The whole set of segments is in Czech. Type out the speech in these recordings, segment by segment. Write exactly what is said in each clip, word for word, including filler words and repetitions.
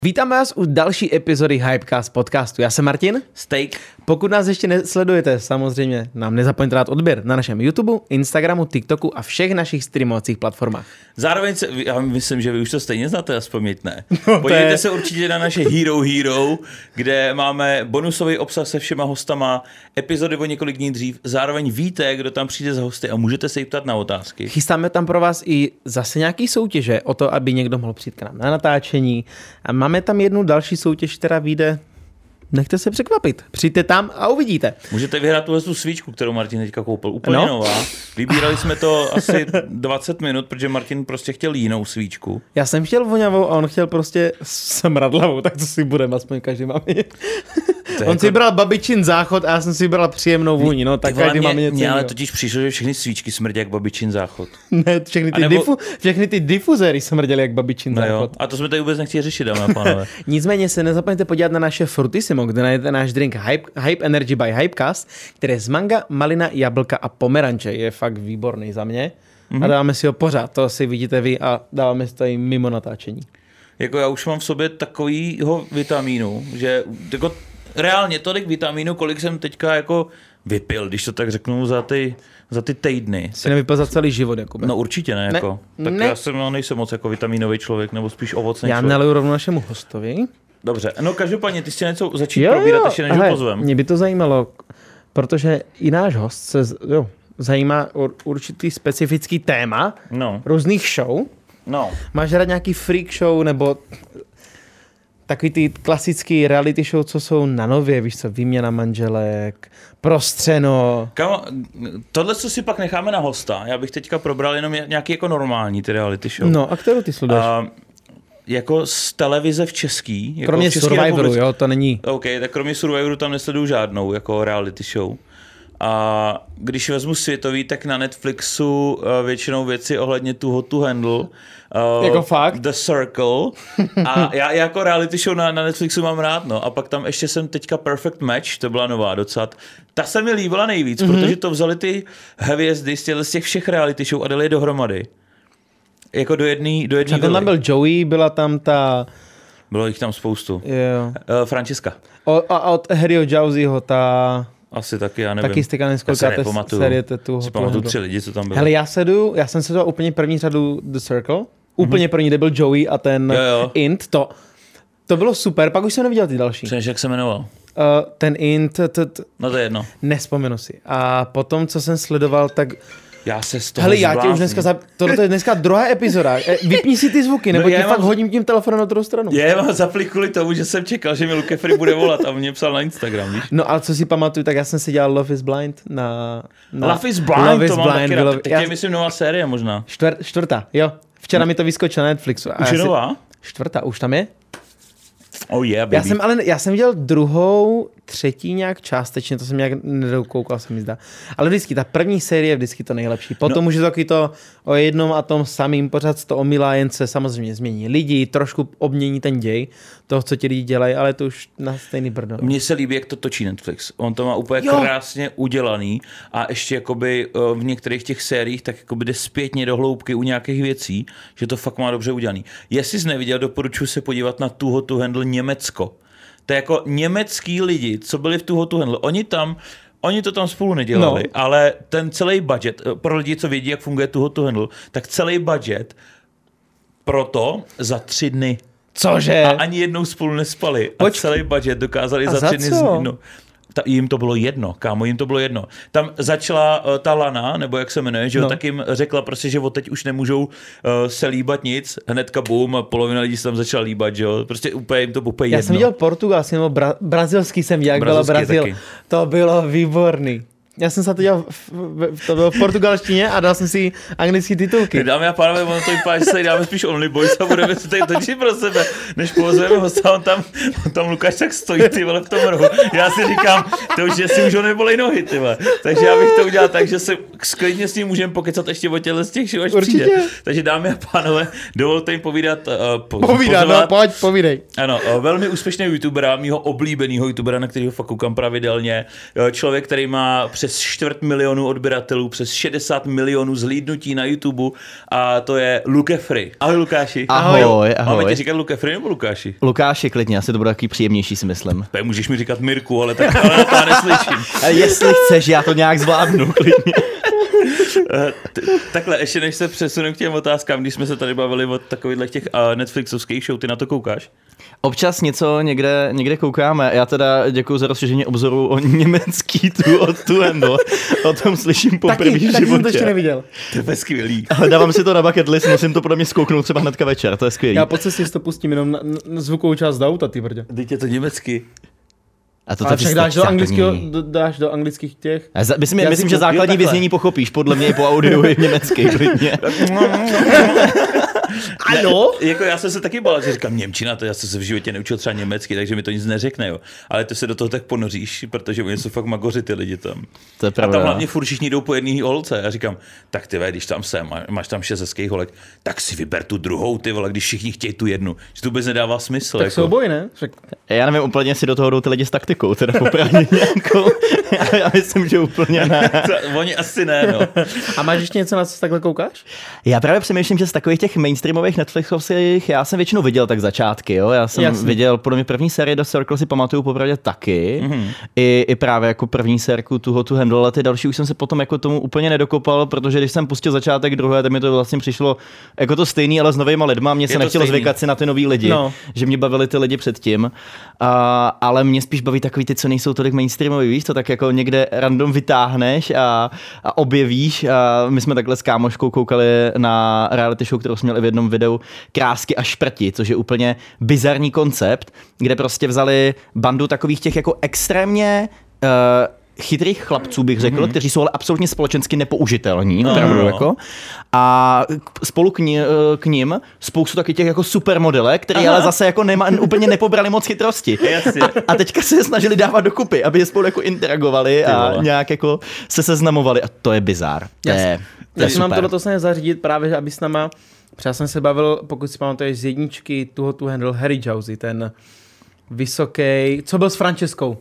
Vítáme vás u další epizody Hypecast podcastu. Já jsem Martin. Steak. Pokud nás ještě nesledujete, samozřejmě nám nezapomeňte dát odběr na našem YouTube, Instagramu, TikToku a všech našich streamovacích platformách. Zároveň se, já myslím, že vy už to stejně znáte, aspoň ne. No, podívejte je... se určitě na naše Hero Hero, kde máme bonusový obsah se všema hostama, epizody o několik dní dřív. Zároveň víte, kdo tam přijde za hosty a můžete se jí ptat na otázky. Chystáme tam pro vás i zase nějaký soutěže o to, aby někdo mohl přijít k nám na natáčení. A máme tam jednu další soutěž, která vyjde. Nechte se překvapit. Přijďte tam a uvidíte. Můžete vyhrát tuhle tu svíčku, kterou Martin teďka koupil. Úplně no. nová. Vybírali jsme to asi dvacet minut, protože Martin prostě chtěl jinou svíčku. Já jsem chtěl voňavou a on chtěl prostě smradlavou, tak to si budeme, aspoň každý máme. On jako... si bral babičin záchod a já jsem si bral příjemnou vůni, no tak každý máme něco. Mně ale totiž přišlo, že všechny svíčky smrdí jak babičin záchod. Ne, všechny ty, nebo... difu, všechny ty difuzéry smrděly jak babičin no záchod. Jo. A to jsme tady vůbec nechtěli řešit, dámy a pánové. Nicméně se nezapomeňte podívat na naše Frutissimo, kde najdete náš drink Hype, Hype Energy by Hypecast, který je z manga, malina, jablka a pomeranče. Je fakt výborný za mě. Mm-hmm. A dáváme si ho pořád, to si vidíte vy a dáváme si to i mimo natáčení. Jako já už mám v sobě takovýho vitamínu, že jako reálně tolik vitamínu, kolik jsem teďka jako vypil, když to tak řeknu, za ty, za ty týdny. Jsi nevypil za celý život, Jakube? No určitě ne, jako. Ne, tak ne. Já jsem, no, nejsem moc jako vitamínový člověk, nebo spíš ovocný já člověk. Já naliju rovnou našemu hostovi. Dobře, no každopádně, ty jsi něco začít jo, probírat, ještě než ho pozvem. Mě by to zajímalo, protože i náš host se jo, zajímá určitý specifický téma no. různých show. No. Máš rád nějaký freak show, nebo takový ty klasický reality show, co jsou na nově, víš co, výměna manželek, prostřeno. Kamo, tohle, co si pak necháme na hosta, já bych teďka probral jenom nějaký jako normální ty reality show. No, a kterou ty sleduješ? Uh, jako z televize v český. Jako kromě v Český Survivoru, republice. Jo, to není. OK, tak kromě Survivoru tam nesleduju žádnou jako reality show. A když vezmu světový, tak na Netflixu uh, většinou věci ohledně Too Hot to Handle. Uh, jako fakt? The Circle. A já jako reality show na, na Netflixu mám rád, no. A pak tam ještě jsem teďka Perfect Match, to byla nová docela. Ta se mi líbila nejvíc, mm-hmm. protože to vzali ty hvězdy z těch všech reality show a dali je dohromady. Jako do jedné do jedné tam byl Joey, byla tam ta... Bylo jich tam spoustu. Jo. Uh, Francesca. O, a od Harryho Jauziho ta... Asi taky, já nevím. Taky stykaný z kolikáté série tu. Si pamatuju tři lidi, co tam byli. Hele, já sedu, já jsem sedoval úplně první řadu The Circle. Úplně mm-hmm. první, kde byl Joey a ten jo, jo. Int. To, to bylo super, pak už jsem neviděl ty další. Přemýšlím, jak se jmenoval? Uh, ten Int. T, t, no to je jedno. Nespomenu si. A potom, co jsem sledoval, tak... Já se z toho Hele, já tě už dneska, za... tohle je dneska druhá epizoda. Vypni si ty zvuky, nebo no, ti fakt mám... hodím tím telefonem na druhou stranu. Já mám zapli kvůli tomu, že jsem čekal, že mi Luke Free bude volat a mě psal na Instagram, víš? No ale co si pamatuju, tak já jsem si dělal Love is Blind na... na... Love is Blind, Love to is mám blind, taky rád. Teď já... je myslím nová série možná. Čtvr... Čtvrtá, jo. Včera mi to vyskočilo na Netflixu. Už je si... nová? Čtvrtá, už tam je? Oh yeah, baby. Já jsem, ale já jsem viděl druhou, třetí nějak částečně, to jsem nějak nedokoukal, se mi zdá. Ale vždycky, ta první série je vždycky to nejlepší. Potom no. už je to taky to o jednom a tom samým, pořád to omylá, jen se samozřejmě změní lidi, trošku obmění ten děj toho, co ti lidi dělají, ale to už na stejný brdo. Mně se líbí, jak to točí Netflix. On to má úplně jo. krásně udělaný a ještě jakoby v některých těch sériích tak jakoby jde zpětně do hloubky u nějakých věcí, že to fakt má dobře udělaný. Jestli jsi neviděl, doporučuji se podívat na Too Hot to Handle Německo. To je jako německý lidi, co byli v Too Hot to Handle. Oni tam, oni to tam spolu nedělali, no. ale ten celý budget, pro lidi, co vědí, jak funguje Too Hot to Handle, tak celý budget proto za tři dny. Cože? A ani jednou spolu nespali. A Počkej. celý budget dokázali a za, za tři dny no, ta, jim to bylo jedno, kámo, jim to bylo jedno. Tam začala uh, ta Lana, nebo jak se jmenuje, že jo, no. tak jim řekla prostě, že od teď už nemůžou uh, se líbat nic, hnedka boom, a polovina lidí se tam začala líbat, že jo, prostě úplně jim to úplně jedno. Já jsem viděl portugalský, nebo bra- brazilský jsem viděl, jak byla Brazil. Taky. To bylo výborný. Já jsem se to dělal, v, v, to bylo v portugalštině a dal jsem si anglické titulky. Dámy a pánové, ono to vypadá, že se dáme spíš Only Boys a budeme se tady točit pro sebe, než povozujeme hosta, on tam, on tam Lukáš tak stojí, ty vole, v tom rohu. Já si říkám, to už, jestli už ho nebolej nohy, ty vole. Takže já bych to udělal tak, že se sklidně s ním můžeme pokecat ještě o těle z těch show, až Určitě. přijde. Takže dámy a pánové, dovolte jim povídat. Uh, po, Povídat, no, pojď, povídej. Ano, uh, velmi úspěšného youtubera, mýho oblíbeného youtubera, na kterého fakt koukám pravidelně. Uh, člověk, který má přes čtvrt milionu odběratelů, přes šedesát milionů zhlídnutí na YouTube a to je Luke Free. Ahoj Lukáši. Ahoj, ahoj. Máme tě říkat Luke Free nebo Lukáši? Lukáši, klidně, asi to bude takový příjemnější, si myslím. Pe, můžeš mi říkat Mirku, ale tak ale to já neslyším. Jestli chceš, já to nějak zvládnu, klidně. Takhle, ještě než se přesunu k těm otázkám, když jsme se tady bavili o takových těch uh, Netflixovských show, ty na to koukáš? Občas něco někde, někde koukáme. Já teda děkuju za rozšíření obzoru o německý tu od tu handle. O tom slyším poprvé v životě. Taky jsem to ještě neviděl. To je skvělý. Ale dávám si to na bucket list, musím to podle mě zkouknout třeba hnedka večer, to je skvělý. Já po cestě si to pustím jenom na, na zvukovou část do auta, ty brdě. Teď je to německy. A to ale však dáš do, anglického, dáš do anglických těch. Já za, myslím, myslím že základní vyznění pochopíš, podle mě i po audiu je německý, klidně. Ano? Ne, jako já jsem se taky bál, že říkám němčina, to já jsem se v životě neučil třeba německy, takže mi to nic neřekne, jo. Ale ty se do toho tak ponoříš, protože oni jsou fakt magoři ty lidi tam. To je pravda. A tam hlavně furt všichni jdou po jedné holce. A říkám, tak ty ve, když tam jsem, máš tam šest hezkých holek, tak si vyber tu druhou, ty vole, když všichni chtějí tu jednu. Že to vůbec nedává smysl. Tak jako. souboj, ne? Však... Já nevím úplně, si do toho jdou ty lidi s taktikou, teda popravdě nějakou. Já, já myslím, že úplně ne. To, oni asi ne, no. A máš ještě něco, na co takhle koukáš? Já právě přemýšlím, že z takových těch mainstreamových Netflixových já jsem většinou viděl tak začátky, jo. Já jsem Jasně. viděl, podle mě první série do Circle si pamatuju popravdě taky. Mm-hmm. I, I právě jako první sérku tuho tu handle, ale ty další už jsem se potom jako tomu úplně nedokopal, protože když jsem pustil začátek druhé, tak mi to vlastně přišlo jako to stejný, ale s novýma lidma. Mně se nechtělo stejný. Zvykat si na ty nový lidi, no. Že mě bavili ty lidi předtím. A, ale mě spíš baví takový ty, co nejsou tolik mainstreamový, víš, to tak jako někde random vytáhneš a, a objevíš. A my jsme takhle s kámoškou koukali na reality show, kterou jsme měli v jednom videu, Krásky a šprti, což je úplně bizarní koncept, kde prostě vzali bandu takových těch jako extrémně uh, chytrých chlapců, bych řekl, mm-hmm. kteří jsou ale absolutně společensky nepoužitelní, no, opravdu, no. Jako. A spolu k, ní, k ním spoustu taky těch jako supermodelek, který Aha. ale zase jako nema, úplně nepobrali moc chytrosti. A, a teďka se je snažili dávat dokupy, aby je spolu jako interagovali a nějak jako se seznamovali. A to je bizár. To je, to Já je jsem vám tohleto snažil zařídit právě, aby s náma, třeba jsem se bavil, pokud si pamatuješ z jedničky, tuho tu handle Harry Jowsey, ten vysoký, co byl s Franceskou.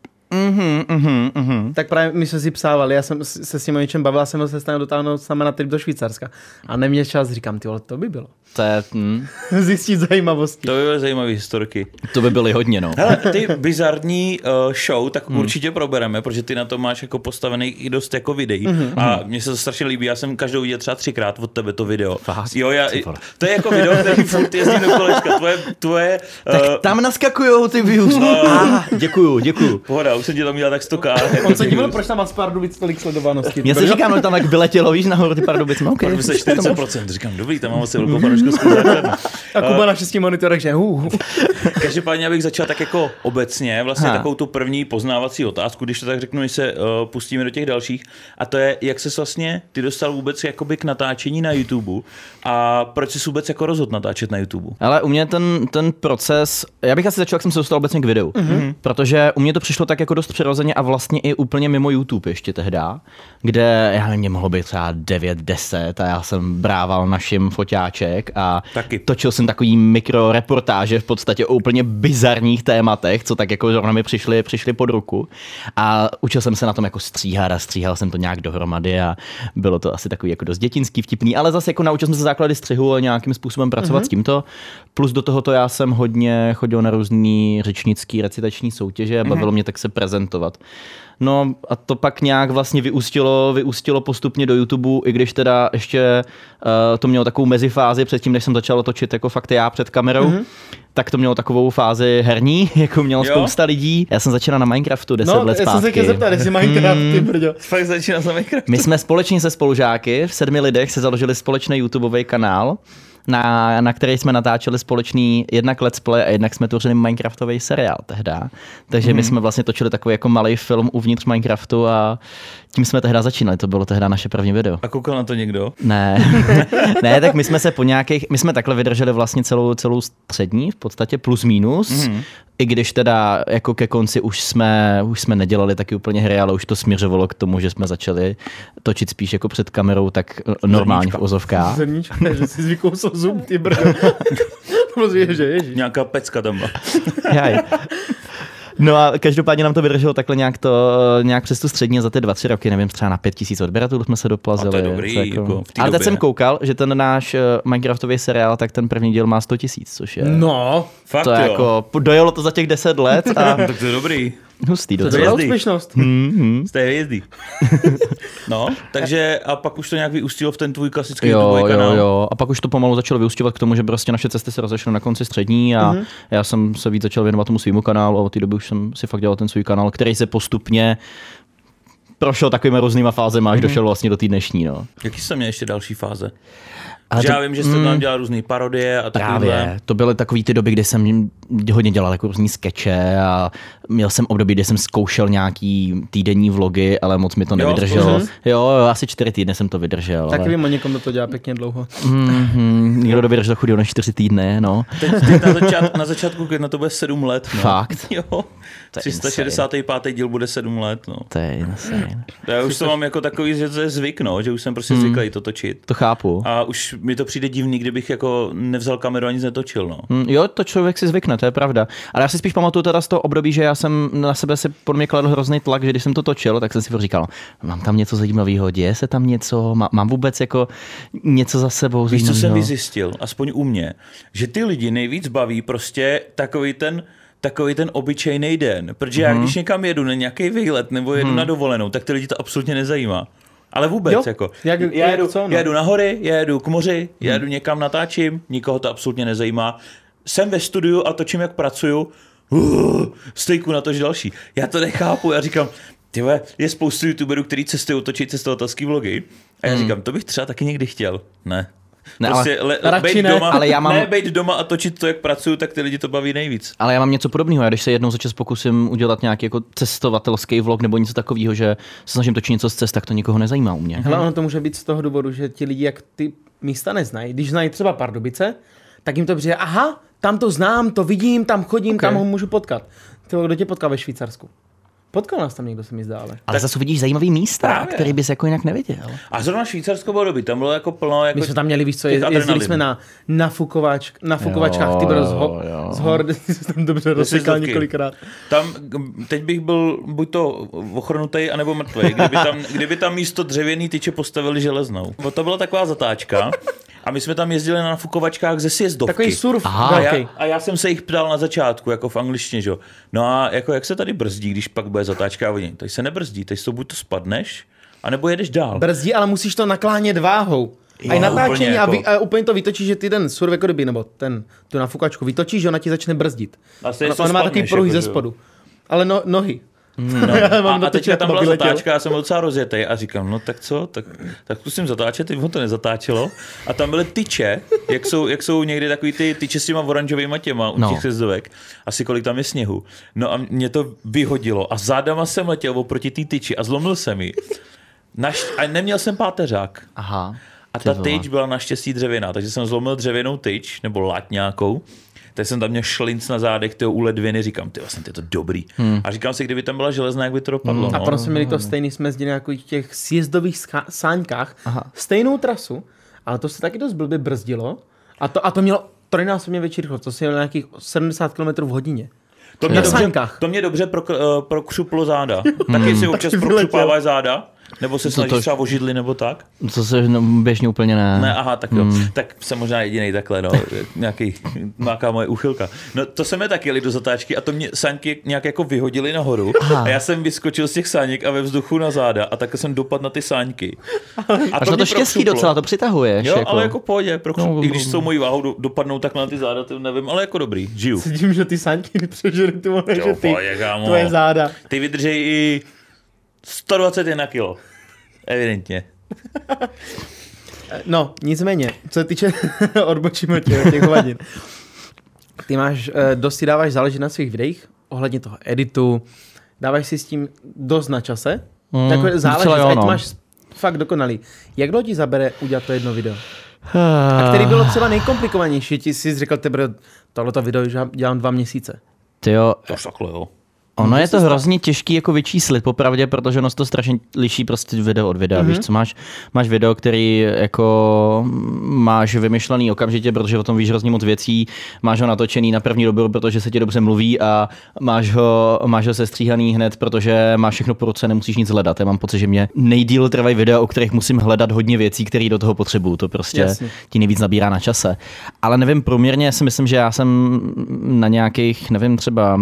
Mhm, mhm, mhm. Tak právě my jsme si psávali, já jsem se s ním o něčem bavil a jsem se s námi dotáhnout s námi na trip do Švýcarska. A neměl čas, říkám, ty vole, to by bylo. To je, hm. Zjistit zajímavosti. To by byly zajímavé historky. To by byly hodně, no. Hele, ty bizarní uh, show, tak hmm. určitě probereme, protože ty na to máš jako postavený i dost jako videí. Mm-hmm. A mně se to strašně líbí, já jsem každou viděl třeba třikrát od tebe to video. Fakt? Jo, já, to je jako video, který furt jezdí do kolečka. Tvoje, tvoje, tak uh, tam naskakujou ty views. Uh, ah, děkuju, děkuju. Pohoda, už jsem tě tam dělal tak sto krát. On se díval, proč tam má z Pardubic tolik sledovanosti. Já se říkám, no tam tak vyletělo, víš, nahoru ty Pardubic. No, okay. se čtyřicet procent, říkám, dobrý, tam mám asi velkou fanouškovskou základnu. A Kuba na šesti monitorech, že hů. Každopádně abych začal tak jako obecně, vlastně ha. takovou tu první poznávací otázku, když to tak řeknu, než se uh, pustíme do těch dalších. A to je, jak ses vlastně ty dostal vůbec jakoby k natáčení na YouTube a proč jsi vůbec jako rozhodl natáčet na YouTube? Ale u mě ten, ten proces, já bych asi začal, jak jsem se dostal obecně k videu, mm-hmm. protože u mě to přišlo tak jako dost přirozeně a vlastně i úplně mimo YouTube ještě tehda, kde, já nevím, mě mohlo být třeba devět deset a já jsem brával našim foťáček a Taky. točil jsem takový mikroreportáže v podstatě o úplně bizarních tématech, co tak jako zrovna mi přišli, přišli pod ruku a učil jsem se na tom jako stříhat a stříhal jsem to nějak dohromady a bylo to asi takový jako dost dětinský, vtipný, ale zase jako naučil jsem se základy střihu a nějakým způsobem pracovat mm-hmm. s tímto. Plus do tohoto já jsem hodně chodil na různý řečnický recitační soutěže a bavilo mm-hmm. mě tak se prezentovat. No a to pak nějak vlastně vyústilo, vyústilo postupně do YouTube, i když teda ještě uh, to mělo takovou mezifázi předtím, než jsem začal točit jako fakt já před kamerou, mm-hmm. tak to mělo takovou fázi herní, jako mělo jo. spousta lidí. Já jsem začínal na Minecraftu deset no, let zpátky. No, já jsem se chtěl zeptat, jestli Minecraft, ty brďo. Fakt začínal na Minecraftu. My jsme společně se spolužáky v sedmi lidech se založili společný YouTubeový kanál, Na, na který jsme natáčeli společný jednak let's play a jednak jsme tvořili Minecraftový seriál tehda. Takže mm. my jsme vlastně točili takový jako malý film uvnitř Minecraftu a tím jsme tehda začínali. To bylo tehda naše první video. A koukal na to někdo? Ne. Ne, tak my jsme se po nějakých, my jsme takhle vydrželi vlastně celou, celou střední, v podstatě plus minus. Mm. I když teda jako ke konci už jsme, už jsme nedělali taky úplně hry, ale už to směřovalo k tomu, že jsme začali točit spíš jako před kamerou, tak normálně v ozovkách. Zrníčka, že si zvykousal zub, ty brdo. Ježi, ježi. Nějaká pecka tam byla. Jaj. No a každopádně nám to vydrželo takhle nějak to, nějak přes tu střední za ty dva, tři roky, nevím, třeba na pět tisíc odběratelů jsme se doplazili. A to je dobrý, jako, jako v té ale době. teď jsem koukal, že ten náš uh, Minecraftový seriál, tak ten první díl má sto tisíc, což je... No, fakt to jo. Jako, dojelo to za těch deset let a... Tak to je dobrý. Hustý to docela. je úspěšnost. Mm-hmm. Jste hvězdy. No, takže a pak už to nějak vyústilo v ten tvůj klasický Jo, YouTubeový kanál. jo, jo. A pak už to pomalu začalo vyústěvat k tomu, že prostě naše cesty se rozešly na konci střední a mm-hmm. já jsem se víc začal věnovat tomu svýmu kanálu a od té doby už jsem si fakt dělal ten svůj kanál, který se postupně prošel takovými různýma fázemi, až mm-hmm. došel vlastně do té dnešní. No. Jaký jsi měl ještě další fáze? Ale že to, já vím, že jste mm, tam dělal různý parodie a takovýhle. Právě, to byly takový ty doby, kdy jsem hodně dělal jako různý skeče a měl jsem období, kdy jsem zkoušel nějaký týdenní vlogy, ale moc mi to nevydrželo. Jo, jo, asi čtyři týdny jsem to vydržel. Tak ale... vím o někom, kdo to dělá pěkně dlouho. Mm-hmm, někdo to vydržel chudil na čtyři týdny, no. Teď, teď na, začát, na začátku května to bude sedm let. No. Fakt? Jo. tři sta šedesátý pátý díl bude sedm let. No. To je insane. Já už to mám jako takový, že to je zvyk, no, že už jsem prostě Hmm. zvyklý to točit. To chápu. A už mi to přijde divný, kdybych jako nevzal kameru a nic netočil, no. Mm, jo, to člověk si zvykne, to je pravda. Ale já si spíš pamatuju teda z toho období, že já jsem na sebe si pod mě kladl hrozný tlak, že když jsem to točil, tak jsem si říkal, mám tam něco zajímavého, děje se tam něco, Má, mám vůbec jako něco za sebou. Víš, co jsem zajímavého? vyzjistil, aspoň u mě, že ty lidi nejvíc baví prostě takový ten takový ten obyčejný den, protože já když někam jedu na nějaký výlet nebo jedu Hmm. na dovolenou, tak ty lidi to absolutně nezajímá. Ale vůbec, Jo, jako. jak- já jak jedu, co, no? já jedu na hory, já jedu k moři, já jedu někam natáčím, nikoho to absolutně nezajímá. Jsem ve studiu a točím, jak pracuju, uh, stejku na to, že další. Já to nechápu, já říkám, tyhle, je spoustu youtuberů, kteří cestují točit cestovatelský vlogy a já říkám, to bych třeba taky někdy chtěl. Ne. Ne, Prostě ale- le, radši bejt ne, doma, ale já mám- ne bejt doma a točit to, jak pracuju, tak ty lidi to baví nejvíc. Ale já mám něco podobného. Já když se jednou za čas pokusím udělat nějaký jako cestovatelský vlog nebo něco takového, že se snažím točit něco z cest, tak to nikoho nezajímá u mě. Hele, ono to může být z toho důvodu, že ti lidi, jak ty místa neznají, když znají třeba Pardubice, tak jim to přijde, aha, tam to znám, to vidím, tam chodím, Okay. tam ho můžu potkat. Ty, kdo tě potkal ve Švýcarsku? Potkal nás tam někdo, se mi zdá, ale. Ale zase vidíš zajímavý místa, Právě. který bys jako jinak neviděl. A zrovna Švýcarsko bylo dobrý, tam bylo jako plno. Jako My jsme tam měli, víš co, těch jezdili adrenalinů. jsme na, na, fukovač, na fukovačkách, Jo, ty bylo z, ho, jo, jo. z hor, ty jsi tam dobře rozsekal stovky. několikrát. Tam, teď bych byl buď to ochrnutý, anebo mrtvý, kdyby tam, kdyby tam místo dřevěný tyče postavili železnou. Bo to byla taková zatáčka a my jsme tam jezdili na nafukovačkách ze sjezdovky. Takový surf. Aha. A velký. já, a já jsem se jich ptal na začátku, jako v angličtině, že jo. No a jako jak se tady brzdí, když pak bude zatáčka a vodní? Tady se nebrzdí, tady to buď to spadneš, anebo jedeš dál. Brzdí, ale musíš to naklánět váhou. A i Jo, natáčení úplně a, jako- vy, a úplně to vytočíš, že ty ten surf jako kdyby, nebo ten, tu nafukačku vytočíš, že ona ti začne brzdit. A stejně Ona, to ona má spadneš, takový pruhy jako, ze že jo. spodu. Ale no, nohy. No. Já A, mám a dotočené, teďka tam aby byla letěl. zatáčka, já jsem byl docela rozjetý a říkám, no tak co, tak, tak zkusím zatáčet, teď ho to nezatáčelo. A tam byly tyče, jak jsou, jak jsou někdy takový ty tyče s těma oranžovýma těma u No. těch sjezdovek, asi kolik tam je sněhu. No a mě to vyhodilo a zádama jsem letěl oproti té tyči a zlomil jsem ji. Naš, a neměl jsem páteřák. Aha. A Ty ta vole. tyč byla naštěstí dřevěná, takže jsem zlomil dřevěnou tyč, nebo lať nějakou. Tak jsem tam měl šlinc na zádech, tyho u ledviny, říkám, ty vlastně, ty je to dobrý. Hmm. A říkám si, kdyby tam byla železná, jak by to dopadlo. A no. proto jsme měli to stejný, jsme jezdili na takových těch sjezdových scha- sáňkách, Aha. stejnou trasu, ale to se taky dost blbě brzdilo a to, a to mělo trojnásobně větší rychlost, to se jelo nějakých sedmdesát kilometrů v hodině. To mě, Na dobře, sáňkách. to mě dobře pro, uh, prokřuplo záda. Taky si občas Taky vyletěl. prokřupáváš záda? Nebo se snažíš to- třeba o židli nebo tak? To se no, běžně úplně ne. Ne, aha, tak jo. Tak jsem možná jedinej takhle, no. Nějaký, nějaká moje úchylka. No to jsme taky jeli do zatáčky a to mě sáňky nějak jako vyhodili nahoru. Aha. A já jsem vyskočil z těch sáněk a ve vzduchu na záda a tak jsem dopadl na ty sáňky. A Až na to mě štěstí prokřuplo. docela, to přitahuješ. Jo, jako. ale jako pohodě, prokřup, No, i když no, jsou mojí váhou do, dopadnou tak na ty záda, to nevím, ale jako dobrý, žiju. Sedím, že ty sáňky nepřežili, ty vole, Jo, že ty, pohodě, kámo. tvoje záda. Ty vydržej i sto dvacet jedna kilo. Evidentně. No, nicméně, co se týče odbočíme od těch, těch hovadin. Ty máš, eh, dost si dáváš záležet na svých videích, ohledně toho editu, dáváš si s tím dost na čase, Mm, takové záleží, docela jo, ať no. máš fakt dokonalý. Jak dlouho ti zabere udělat to jedno video? A který bylo třeba nejkomplikovanější, ti jsi řekl, tebe, tohleto video že dělám dva měsíce. Tyjo, To už takhle, jo. Ono je to hrozně těžký jako vyčíslit popravdě, protože ono se to strašně liší prostě video od videa. Mm-hmm. Víš co, máš, máš video, který jako máš vymyšlený okamžitě, protože o tom víš hrozně moc věcí, máš ho natočený na první dobu, protože se ti dobře mluví a máš ho, máš ho sestříhaný hned, protože máš všechno po ruce, nemusíš nic hledat. Já mám pocit, že mě nejdýl trvají videa, o kterých musím hledat hodně věcí, které do toho potřebuju. To prostě Jasně. ti nejvíc nabírá na čase. Ale nevím, průměrně si myslím, že já jsem na nějakých, nevím, třeba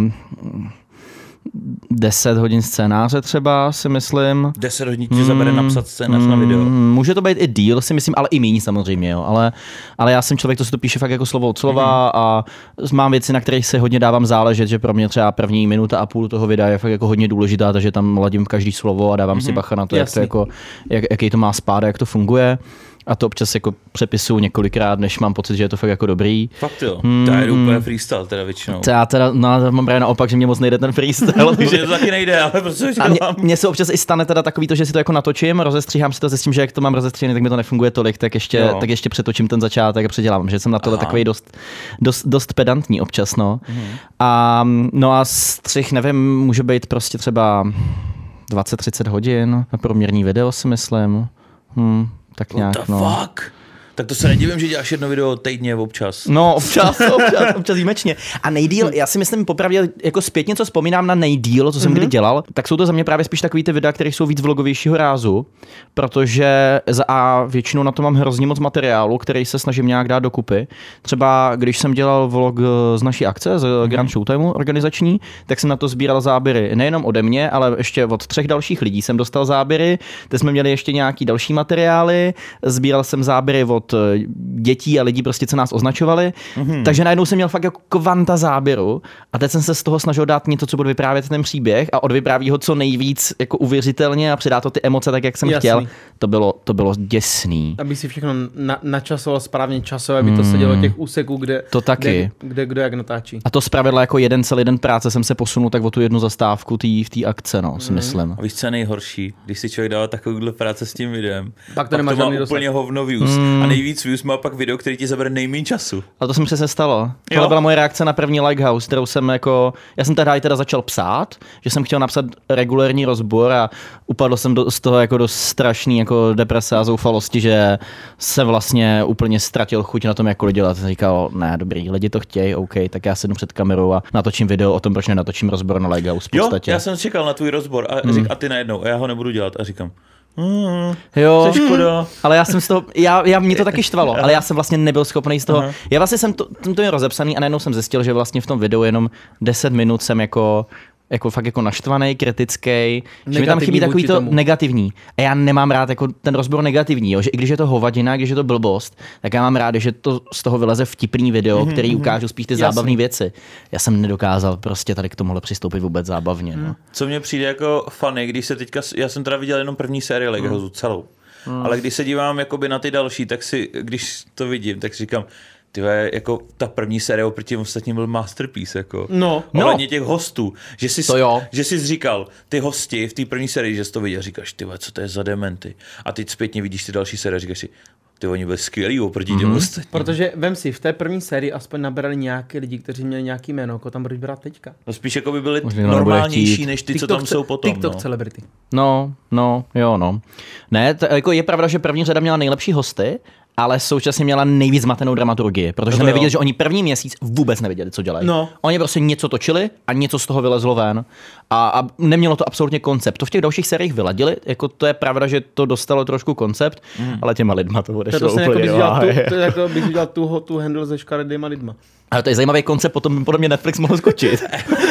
deset hodin scénáře třeba, si myslím. deset hodin ti zabere napsat scénář mm, na video. Může to být i díl, si myslím, ale i míň samozřejmě, jo. Ale, ale já jsem člověk, to si to píše fakt jako slovo od slova mm. a mám věci, na kterých se hodně dávám záležet, že pro mě třeba první minuta a půl toho videa je fakt jako hodně důležitá, takže tam ladím každý slovo a dávám mm. si bacha na to, jak to jako, jak, jaký to má spád, jak to funguje. A to občas jako přepisuju několikrát, než mám pocit, že je to fakt jako dobrý. Fakt jo, hmm, to je úplně freestyle teda většinou. To já teda, no mám právě naopak, že mě moc nejde ten freestyle. Takže to taky nejde, ale prostě a mně se občas i stane teda takový to, že si to jako natočím, rozestříhám si to s tím, že jak to mám rozestříhané, tak mi to nefunguje tolik, tak ještě, tak ještě přetočím ten začátek a předělám, že jsem na tohle Aha. takový dost, dost, dost pedantní občas, no. Mhm. A, no a střih, nevím, může být prostě třeba dvacet třicet hodin na průměrný video, si myslím. Hm. Tak nějak, What the no. fuck? Tak to se nedivím, že děláš jedno video týdně občas. No, občas, občas, občas výjimečně. A nejdýl, já si myslím popravdě, jako zpětně, co vzpomínám na nejdýl, co jsem mm-hmm. kdy dělal, tak jsou to za mě právě spíš takový ty videa, které jsou víc vlogovějšího rázu, protože za A většinou na to mám hrozně moc materiálu, který se snažím nějak dát dokupy. Třeba když jsem dělal vlog z naší akce, z mm-hmm. Grand Showtimeu organizační, tak jsem na to sbíral záběry nejenom ode mě, ale ještě od třech dalších lidí jsem dostal záběry, teď jsme měli ještě nějaký další materiály, sbíral jsem záběry od dětí a lidí prostě, co nás označovali. Mm-hmm. Takže najednou jsem měl fakt jako kvanta záběru a teď jsem se z toho snažil dát něco, co bude vyprávět ten příběh a odvypráví ho co nejvíc jako uvěřitelně a předá to ty emoce tak, jak jsem Jasný. chtěl. To bylo, to bylo děsný. Aby si všechno na, načasoval správně časově, aby to sedělo těch úseků, kde, to taky. Kde, kde kdo jak natáčí. A to zpravidla jako jeden celý den práce jsem se posunul tak o tu jednu zastávku tý, v té akce, no, si mm. myslím. A víš, co je nejhorší? Když si člověk dává takovouhle práce s tím videem, pak to, pak to má úplně hovno views. Mm. A nejvíc views má pak video, který ti zabere nejméně času. Ale to se mi přesně stalo. Tohle byla moje reakce na první Likehouse, kterou jsem jako, já jsem tehdy teda začal psát, že jsem chtěl napsat regulérní rozbor a upadl jsem do, z toho jako do strašný jako deprese a zoufalosti, že se vlastně úplně ztratil chuť na tom, jak to dělat. Jsem říkal, ne, dobrý, lidi to chtějí, OK, tak já sednu před kamerou a natočím video o tom, proč nenatočím rozbor na Likehouse v podstatě. Jo, já jsem čekal na tvůj rozbor a, hmm. řík, a ty najednou, a já ho nebudu dělat a říkám, Mm, jo, ale já jsem z toho, já, já, mě to taky štvalo, ale já jsem vlastně nebyl schopný z toho, Aha. já vlastně jsem to, to je rozepsaný a najednou jsem zjistil, že vlastně v tom videu jenom deset minut jsem jako jako fakt jako naštvaný, kritický, že mi tam chybí takový to tomu. negativní. A já nemám rád jako ten rozbor negativní, jo? Že i když je to hovadina, když je to blbost, tak já mám rád, že to z toho vyleze vtipný video, mm-hmm, který ukážu spíš ty Jasný. zábavné věci. Já jsem nedokázal prostě tady k tomuhle přistoupit vůbec zábavně. Mm. No. Co mně přijde jako funny, když se teďka, já jsem teda viděl jenom první sérii Likehouse, mm. celou. Mm. Ale když se dívám jakoby na ty další, tak si, když to vidím, tak si říkám, tyhle, jako ta první série oproti ostatním byl masterpiece, jako. No, ohledně no. těch hostů, že jsi, že jsi říkal, ty hosti v té první sérii, že jsi to viděl, říkáš, tyhle, co to je za dementy. A teď zpětně vidíš ty další série, říkáš si, ty oni byli skvělí oproti těm mm-hmm. ostatním. Protože vem si, v té první sérii aspoň nabrali nějaké lidi, kteří měli nějaký jméno, jako tam budeš brát teďka. No spíš jako by byli Možná normálnější, než ty, TikTok, co tam jsou potom. TikTok no. celebrity. No, no, jo, no. Ne, to, jako je pravda, že první řada měla nejlepší hosty, ale současně měla nejvíc zmatenou dramaturgii, protože jsme viděli, že oni první měsíc vůbec nevěděli, co dělají. No. Oni prostě něco točili a něco z toho vylezlo ven. A, a nemělo to absolutně koncept. To v těch dalších sériích vyladili, jako to je pravda, že to dostalo trošku koncept, mm. ale těma lidma to odešlo to úplně. To je jako bych udělal tu, tu handle se škaredýma lidma. Ale to je zajímavý koncept, potom by podle mě Netflix mohl skočit.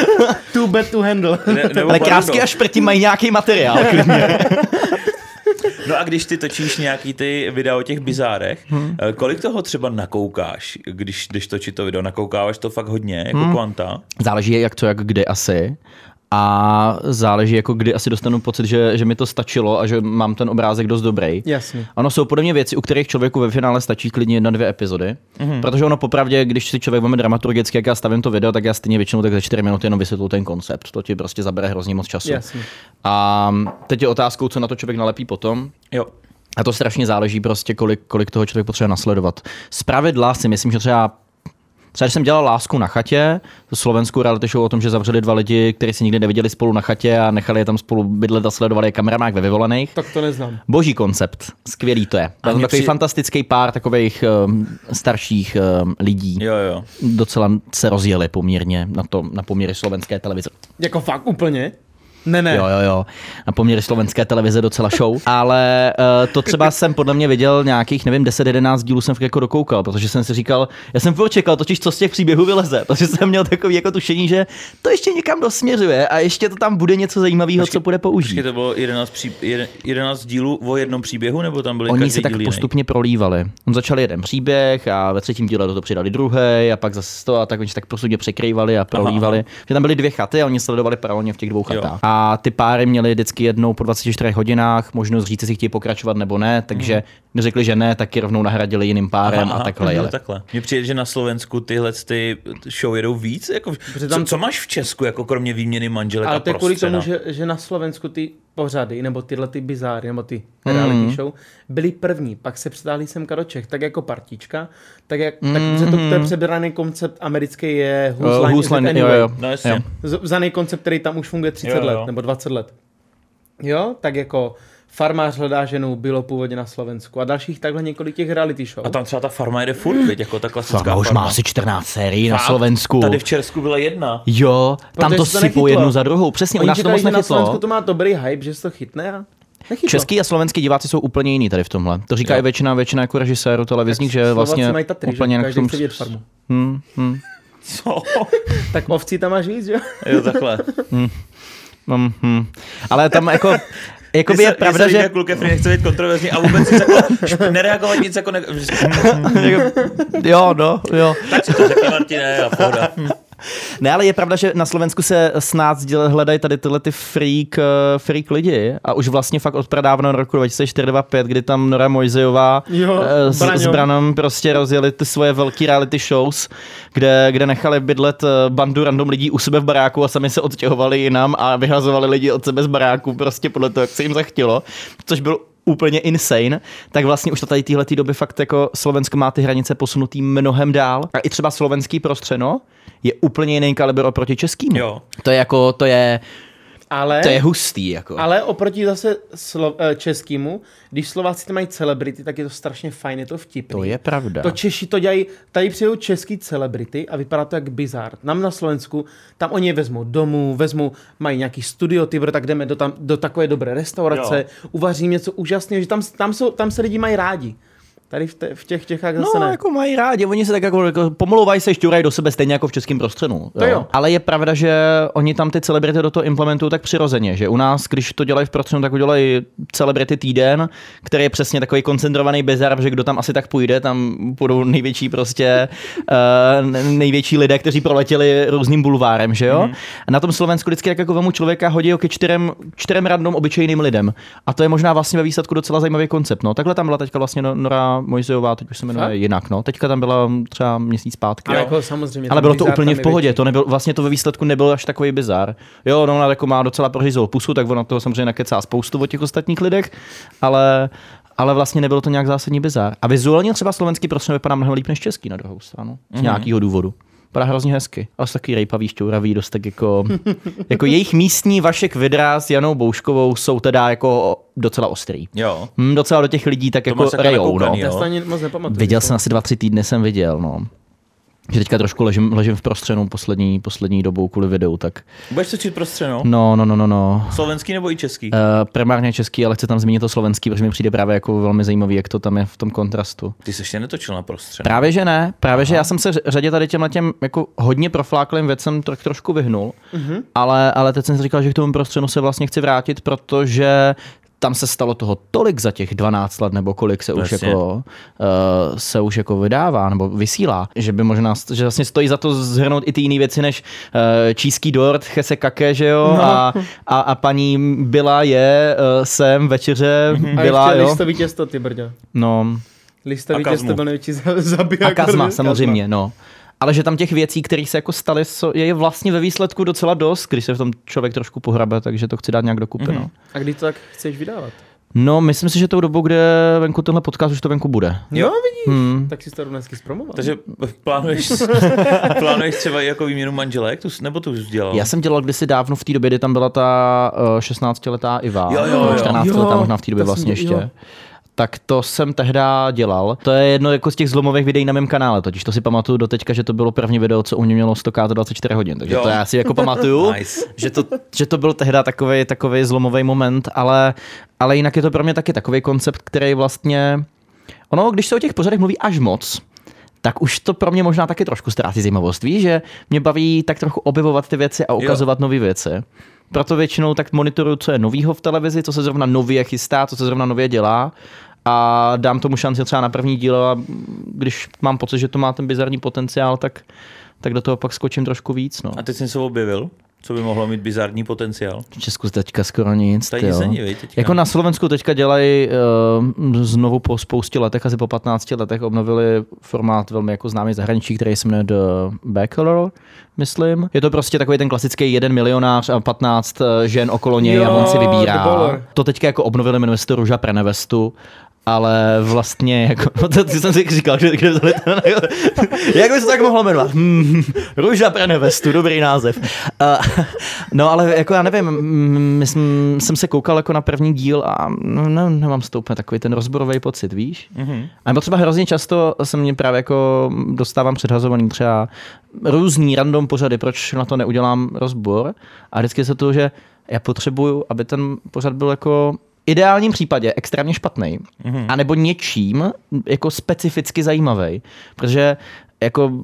Too bad to handle. Ne, ale krásky a šprti mají nějaký materiál. No a když ty točíš nějaký ty videa o těch bizárech, hmm. kolik toho třeba nakoukáš, když jdeš točit to video? Nakoukáváš to fakt hodně, jako hmm. kvanta? Záleží jak co, jak kdy asi. A záleží, jako kdy asi dostanu pocit, že, že mi to stačilo a že mám ten obrázek dost dobrý. Jasně. Ono jsou podobně věci, u kterých člověku ve finále stačí klidně jedna, dvě epizody. Mm-hmm. Protože ono popravdě, když si člověk veme dramaturgicky, jak já stavím to video, tak já stejně většinou tak za čtyři minuty jenom vysvětlu ten koncept. To ti prostě zabere hrozně moc času. Jasně. A teď je otázkou, co na to člověk nalepí potom. Jo. A to strašně záleží prostě, kolik, kolik toho člověk potřebuje nasledovat. Zpravidla si myslím, že třeba Třeba když jsem dělal Lásku na chatě, to slovenskou reality show o tom, že zavřeli dva lidi, kteří si nikdy neviděli spolu na chatě a nechali je tam spolu bydlet a sledovali je kameramák ve Vyvolených. Tak to neznám. Boží koncept, skvělý to je. Byl takový při... fantastický pár takových um, starších um, lidí. Jo, jo. Docela se rozjeli poměrně na, to, na poměry slovenské televize. Jako fakt úplně? Ne, ne. Jo, jo, jo. Na poměry slovenské televize docela show. Ale uh, to třeba jsem podle mě viděl nějakých, nevím, deset jedenáct dílů jsem jako dokoukal, protože jsem si říkal, já jsem furt čekal totiž, co z těch příběhů vyleze, protože jsem měl takový jako tušení, že to ještě někam dosměřuje a ještě to tam bude něco zajímavého, co bude použít. Počkej, to bylo jedenáct, pří, jedenáct dílů o jednom příběhu, nebo tam byly Oni každý se tak díl postupně jiný? prolívali. On začal jeden příběh a ve třetím díle do toho přidali druhý a pak zase to a tak oni se tak postupně překrývali a prolívali. Aha. Že tam byly dvě chaty a oni sledovali paralelně v těch dvou chatách. Jo. A ty páry měli vždycky jednou po dvaceti čtyřech hodinách možnost říct, jestli chtějí pokračovat nebo ne, takže mm. řekli, že ne, tak je rovnou nahradili jiným párem aha, a takhle jeli. Takhle. Mně přijde, že na Slovensku tyhle ty show jedou víc. Jako, co, co máš v Česku, jako kromě výměny manželek ale a to je kvůli prostřena? tomu, že, že na Slovensku ty pořady, nebo tyhle ty bizáry, nebo ty mm. reality show, byly první, pak se předáhli semka do Čech, tak jako partička, tak jak mm. tak, že to, to je přeběraný koncept americký je Whose uh, Line Is It Anyway. Jo, jo. No, jasně. Vzaný koncept, který tam už funguje třicet jo, jo. let, nebo dvacet let. Jo, tak jako Farmář hledá ženu bylo původně na Slovensku a dalších takhle několik těch reality show. A tam třeba ta Farma jede furt, viď, jako ta klasická Farma. Už má asi čtrnáct sérií na Slovensku. Tady v Česku byla jedna. Jo, tam protože to sypou jednu za druhou. Přesně, oni u nás to moc nechytlo. Na Slovensku to má dobrý hype, že se to chytne a nechytlo. Český a slovenský diváci jsou úplně jiný tady v tomhle. To říká jo. i většina, většina jako režisérů televizních, že vlastně mají tatry, úplně že? Každý chce vidět Farmu. Hmm, hmm. Co? Tak ovcí tam máš víc, jo? Jo, takhle. Hmm. Hmm, hmm. Ale tam jako... Jakoby je pravda, že... Klukev nechce být kontroverzní a vůbec nic jako, nereagovat nic jako... Ne... jo, no, jo. Tak si to řekni, Martine, a pohoda. Ne, ale je pravda, že na Slovensku se snad hledají tady tyhle ty freak, freak lidi a už vlastně fakt od pradávna roku dva tisíce čtyři dva pět, kdy tam Nora Mojzejová jo, s, s Branem prostě rozjeli ty svoje velký reality shows, kde, kde nechali bydlet bandu random lidí u sebe v baráku a sami se odstěhovali jinam a vyhazovali lidi od sebe z baráku prostě podle toho, jak se jim zachtělo, což byl úplně insane, tak vlastně už to tady téhletý doby fakt jako Slovensko má ty hranice posunutý mnohem dál. A i třeba slovenský prostřeno je úplně jiný kalibr oproti českýmu. Jo. To je jako, to je, ale, to je hustý. Jako. Ale oproti zase slo, českýmu, když Slováci tam mají celebrity, tak je to strašně fajn, je to vtipný. To je pravda. To Češi to dělají, tady přijdou český celebrity a vypadá to jak bizár. Nám na Slovensku, tam oni je vezmou domů, vezmou, mají nějaký studio, ty tak jdeme do, tam, do takové dobré restaurace, jo. uvařím něco úžasného, že tam, tam, jsou, tam se lidi mají rádi. Tady v, te, v těch Čechách zase no, ne. jako mají rádi, oni se tak jako, jako pomlouvají se, šťurají do sebe stejně jako v českém prostředu. To jo. Ale je pravda, že oni tam ty celebrity do toho implementují tak přirozeně, že u nás, když to dělají v prostředu, tak udělají celebrity týden, který je přesně takový koncentrovaný bizar, že kdo tam asi tak půjde, tam budou největší prostě uh, největší lidé, kteří proletěli různým bulvárem, že jo? Mm. A na tom Slovensku vždycky tak jako vemu člověka hodí ke čtyřem, čtyřem random obyčejným lidem. A to je možná vlastně ve výsledku docela zajímavý koncept. No, takhle tam byla teďka vlastně Nora Mojzejová, teď už se jmenuje jinak, no. Teďka tam byla třeba měsíc zpátky. Ale, jako samozřejmě, ale bylo to úplně v pohodě, to nebylo, vlastně to ve výsledku nebylo až takový bizar. Jo, no, ona jako má docela prořízlou pusu, tak ona toho samozřejmě nakecá spoustu o těch ostatních lidech, ale, ale vlastně nebylo to nějak zásadní bizar. A vizuálně třeba slovenský prostě vypadá mnohem líp než český na druhou stranu, z mm-hmm. nějakého důvodu. Vypadá hrozně hezky. Ale jsou taky rejpavý, šťouravý, dost tak jako... jako jejich místní Vašek Vidra s Janou Bouškovou jsou teda jako docela ostrý. Jo. Hmm, docela do těch lidí tak to jako rejou, no. Já to ani moc nepamatuju. Viděl jsem asi dva, tři týdny jsem viděl, no. Že teďka trošku ležím, ležím v prostřenu poslední, poslední dobou kvůli videu, tak... Budeš se čít prostřenu? No, no, no, no, no. Slovenský nebo i český? Uh, primárně český, ale chci tam zmínit to slovenský, protože mi přijde právě jako velmi zajímavý, jak to tam je v tom kontrastu. Ty jsi ještě netočil na prostřenu? Právě, že ne. Právě, Aha. že já jsem se řadě tady těmhletěm jako hodně profláklým věcem tro, trošku vyhnul, uh-huh. ale, ale teď jsem si říkal, že k tomu prostřenu se vlastně chci vrátit, protože tam se stalo toho tolik za těch dvanáct let, nebo kolik se už jako, uh, se už jako vydává, nebo vysílá, že by možná, že vlastně stojí za to zhrnout i ty jiné věci, než uh, číský dort, chese kake, že jo, no. a, a, a paní byla je uh, sem večeře, mm-hmm. byla, a ještě jo. listový těsto, ty brďo. No. Listový těsto byl největší zabiják. A kazma, samozřejmě, kazma. No. Ale že tam těch věcí, které se jako staly, je vlastně ve výsledku docela dost, když se v tom člověk trošku pohrabe, takže to chci dát nějak dokupy. Mm-hmm. No. A kdy to tak chceš vydávat? No, myslím si, že tou dobou, kde venku tenhle podcast už to venku bude. Jo, vidíš? Hmm. Tak si to dnesky zpromoval. Takže plánuješ, plánuješ třeba jako výměnu manželek, tu, nebo to už dělal? Já jsem dělal kdysi dávno v té době, kdy tam byla ta uh, šestnáctiletá Iva, jo, jo, jo. čtrnáctiletá možná v té době vlastně ještě. Jo. Tak to jsem tehda dělal. To je jedno jako z těch zlomových videí na mém kanále, totiž to si pamatuju do teďka, že to bylo první video, co u mě mělo sto ká za dvacet čtyři hodin, takže jo. To já si jako pamatuju, Nice. že, to, že to byl tehda takový, takový zlomový moment, ale, ale jinak je to pro mě taky takový koncept, který vlastně, ono, když se o těch pořadech mluví až moc, tak už to pro mě možná taky trošku ztrácí zajímavost. Víš, že mě baví tak trochu objevovat ty věci a ukazovat nové věci. Proto většinou tak monitoruju, co je novýho v televizi, co se zrovna nově chystá, co se zrovna nově dělá a dám tomu šanci třeba na první díl a když mám pocit, že to má ten bizarní potenciál, tak, tak do toho pak skočím trošku víc. No. A teď jsem se objevil? Co by mohlo mít bizarní potenciál? V Česku teďka skoro nic. Tady nic není, vej, teďka. Jako na Slovensku teďka dělají uh, znovu po spoustě letech, asi po patnácti letech obnovili formát velmi jako známý zahraničí, který se jmenuje The Bachelor, myslím. Je to prostě takový ten klasický jeden milionář a patnáct žen okolo něj jo, a on si vybírá. To teďka jako obnovili, jmenuje se to Růža pre nevestu. Ale vlastně, jako, to jsem si říkal, že kde to jak by se tak mohlo jmenovat? Hmm, Růža pre nevestu, dobrý název. Uh, no ale jako já nevím, my jsem, jsem se koukal jako na první díl a no, ne, nemám z toho úplně takový ten rozborový pocit, víš? Mm-hmm. A nebo třeba hrozně často se mě právě jako dostávám předhazovaný třeba různý random pořady, proč na to neudělám rozbor a vždycky se to, že já potřebuju, aby ten pořad byl jako ideálním případě extrémně špatný, mm-hmm. anebo něčím jako specificky zajímavý, protože jako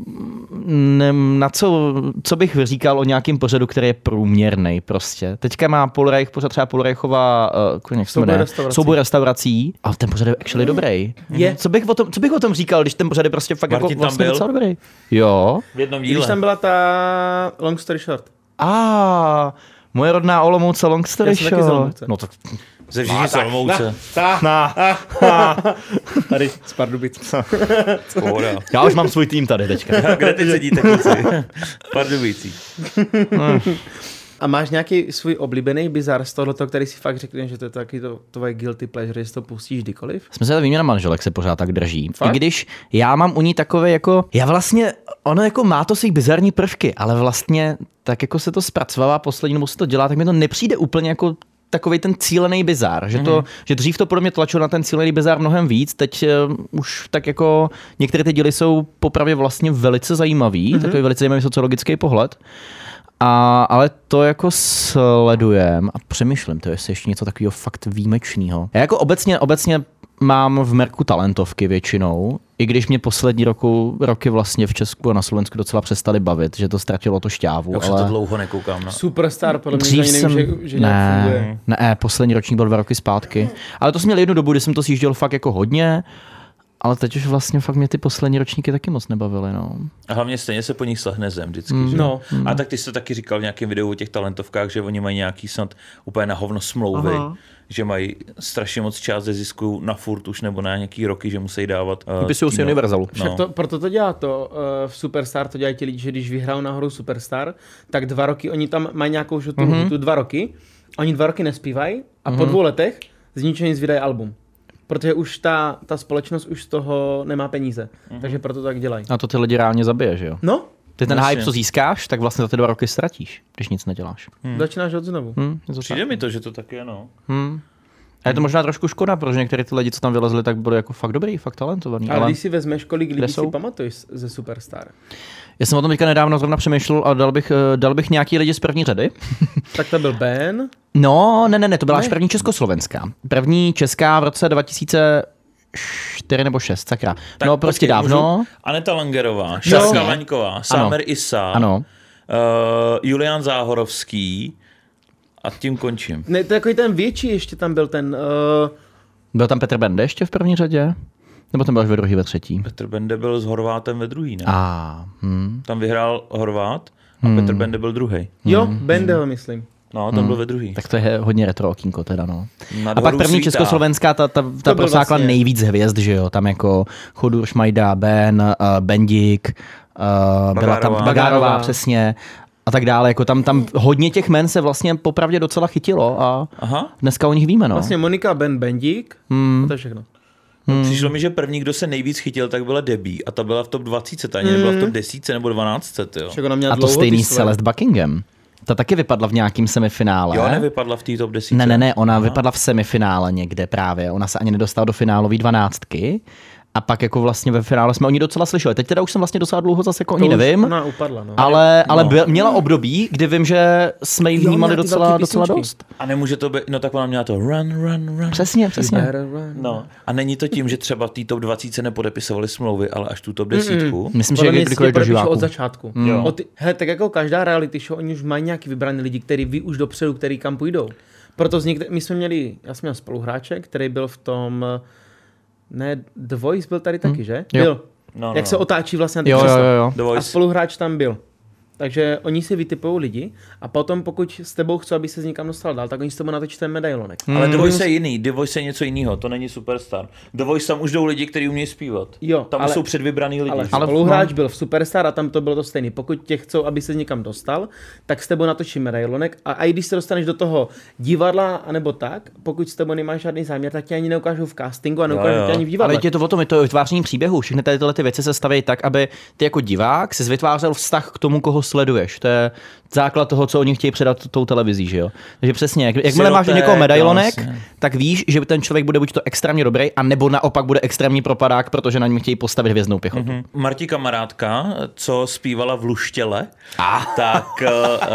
ne, na co, co bych říkal o nějakým pořadu, který je průměrný prostě. Teďka má Polreich, pořad třeba Polreichova uh, soubor, restaurací. soubor restaurací a ten pořad je actually dobrý. Je. Co bych o tom, co bych o tom říkal, když ten pořad je prostě fakt Martin jako vlastně docela dobrý. Jo. V jednom díle. Když tam byla ta Long Story Short. A moje rodná Olomouce Long Story Short. No tak ze všichni z Olomouce. Na, na, na. Tady z Pardubic. Já už mám svůj tým tady teďka. Kde teď sedíte, kluci? V Pardubicích. A máš nějaký svůj oblíbený bizar z tohoto, který si fakt řekne, že to je taky to tvoje guilty pleasure, že to pustíš kdykoliv? Jsme se ta výměna manželek se pořád tak drží. Fakt? I když já mám u ní takové jako, já vlastně, ono jako má to svých bizarní prvky, ale vlastně tak jako se to zpracovává poslední, nebo se to dělá, tak mi to nepřijde úplně jako takovej ten cílený bizar, že, to, mm-hmm. že dřív to podle mě tlačilo na ten cílený bizar mnohem víc, teď uh, už tak jako některé ty díly jsou popravdě vlastně velice zajímavý, mm-hmm. takový velice zajímavý sociologický pohled. A, ale to jako sledujem a přemýšlím, to je ještě něco takového fakt výjimečného. Já jako obecně, obecně mám v merku talentovky většinou, i když mě poslední roku, roky vlastně v Česku a na Slovensku docela přestali bavit, že to ztratilo to šťávu. Já už ale to dlouho nekoukám. No. Superstar, podle mě jsem... nevím, že, že nějak funguje. Ne, poslední ročník byl dva roky zpátky. Ale to jsem měl jednu dobu, kdy jsem to sjížděl fakt jako hodně, ale teď už vlastně fakt mě ty poslední ročníky taky moc nebavily, no. A hlavně stejně se po nich slehne zem vždycky, Mm, že? no. A tak ty jsi to taky říkal v nějakém videu o těch talentovkách, že oni mají nějaký snad úplně na hovno smlouvy, Aha. že mají strašně moc část ze zisku na furt už nebo na nějaký roky, že musí dávat. Uh, Vypisují si Univerzalu. No. To, proto to dělá to. Uh, v Superstar to dělají ti lidi, že když vyhrajou nahoru Superstar, tak dva roky, oni tam mají nějakou tu, mm-hmm. tu dva roky, oni dva roky nespívají a mm-hmm. po dvou letech z ničeho nic vydají album. Protože už ta, ta společnost už z toho nemá peníze. Mm-hmm. Takže proto tak dělají. A to ty lidi reálně zabije, že jo? No. Ty ten hype, co získáš, tak vlastně za ty dva roky ztratíš, když nic neděláš. Hmm. Začínáš od znovu. Hmm, Přijde mi to, že to tak je, no. Hmm. A je to možná trošku škoda, protože některé ty lidi, co tam vylezli, tak byli jako fakt dobrý, fakt talentovaný. Ale, ale když si vezmeš, kolik lidí si pamatuješ ze Superstar? Já jsem o tom teďka nedávno zrovna přemýšlel a dal bych, dal bych nějaký lidi z první řady. Tak to byl Ben? No, ne, ne, ne, to byla ne. až první československá. První česká v roce dva tisíce čtyři nebo šest, sakra. Tak no prostě počkej, dávno. Můžu? Aneta Langerová, Šárka Vaňková, Sámer Isa, ano. Uh, Julián Záhorovský a tím končím. Ne, to je takový ten větší ještě tam byl ten... Uh... Byl tam Petr Bende ještě v první řadě? Nebo tam byl až ve druhý, ve třetí? Petr Bende byl s Horvátem ve druhý, ne? A, hm. Tam vyhrál Horvát a hmm. Petr Bende byl druhý. Jo, hmm. Bende ho myslím. No, tam hmm. byl ve druhý. Tak to je hodně retro okýnko teda, no. A pak první svítá. Československá, ta, ta, ta prosákla vlastně nejvíc hvězd, že jo. Tam jako Chodur, Šmajda, Ben, uh, Bendík, uh, byla tam Bagárová, přesně. a tak dále. Jako tam, tam hodně těch men se vlastně popravdě docela chytilo a Aha. dneska o nich víme. No. Vlastně Monika Ben Bendík hmm. a to je všechno. Hmm. Přišlo mi, že první, kdo se nejvíc chytil, tak byla Debbie a ta byla v top dvacet, ani hmm. nebyla v top deset nebo dvanáct. A to stejný s Celeste Buckingham. Ta taky vypadla v nějakém semifinále. Jo, nevypadla v té top deset. Ne, ne, ne, ona Aha. vypadla v semifinále někde právě. Ona se ani nedostala do finálové dvanáctky. A pak jako vlastně ve finále jsme o ní docela slyšeli. Teď teda už jsem vlastně docela dlouho zase jako o ní nevím. Ona upadla, no. Ale, ale no. Byl, měla období, kdy vím, že jsme ji vnímali docela, docela dost. A nemůže to být, no tak ona měla to run, run, run. Přesně, přesně. No. A není to tím, že třeba v té top dvacet se nepodepisovali smlouvy, ale až tu top desítku. Mm-mm. Myslím, že kdykoliv do živáku. Od začátku. Mm. Jo. Od, hele, tak jako každá reality show, oni už mají nějaký vybraný lidi, který ví už dopředu, který kam půjdou. Proto vznikne, my jsme měli, já jsem měl spoluhráče, který byl v tom... Ne, The Voice byl tady taky, hmm. že? Jo. Byl. No, no, Jak se otáčí vlastně na jo, jo, jo, jo. A spoluhráč tam byl. Takže oni si vytipují lidi a potom pokud s tebou chcou, aby se někam dostal dál, tak oni s tebou natočí ten medailonek. Hmm. Ale The Voice je jiný, The Voice je něco jiného, to není Superstar. The Voice tam už jdou lidi, kteří umějí zpívat. Jo, tam ale, jsou předvybraný lidi. Ale, ale spoluhráč byl v Superstar a tam to bylo to stejný. Pokud tě chcou, aby se někam dostal, tak s tebou natočí medailonek a i když se dostaneš do toho divadla anebo tak, pokud s tebou nemáš žádný záměr, tak tě ani neukážou v castingu a neukážou tě ani v divadle. Ale je to o tom, je to vytváření příběhu. Všechny tady tyhle ty věci se staví tak, aby ty jako divák si vytvářel vztah k tomu, koho sleduješ. To je základ toho, co oni chtějí předat tou televizí, že jo. Takže přesně, jak, jakmile máš do někoho medailonek, vlastně. Tak víš, že ten člověk bude buď to extrémně dobrý, a nebo naopak bude extrémní propadák, protože na něm chtějí postavit hvězdnou pěchotu. Mm-hmm. Marti kamarádka, co zpívala v Luštěle, ah. tak, uh,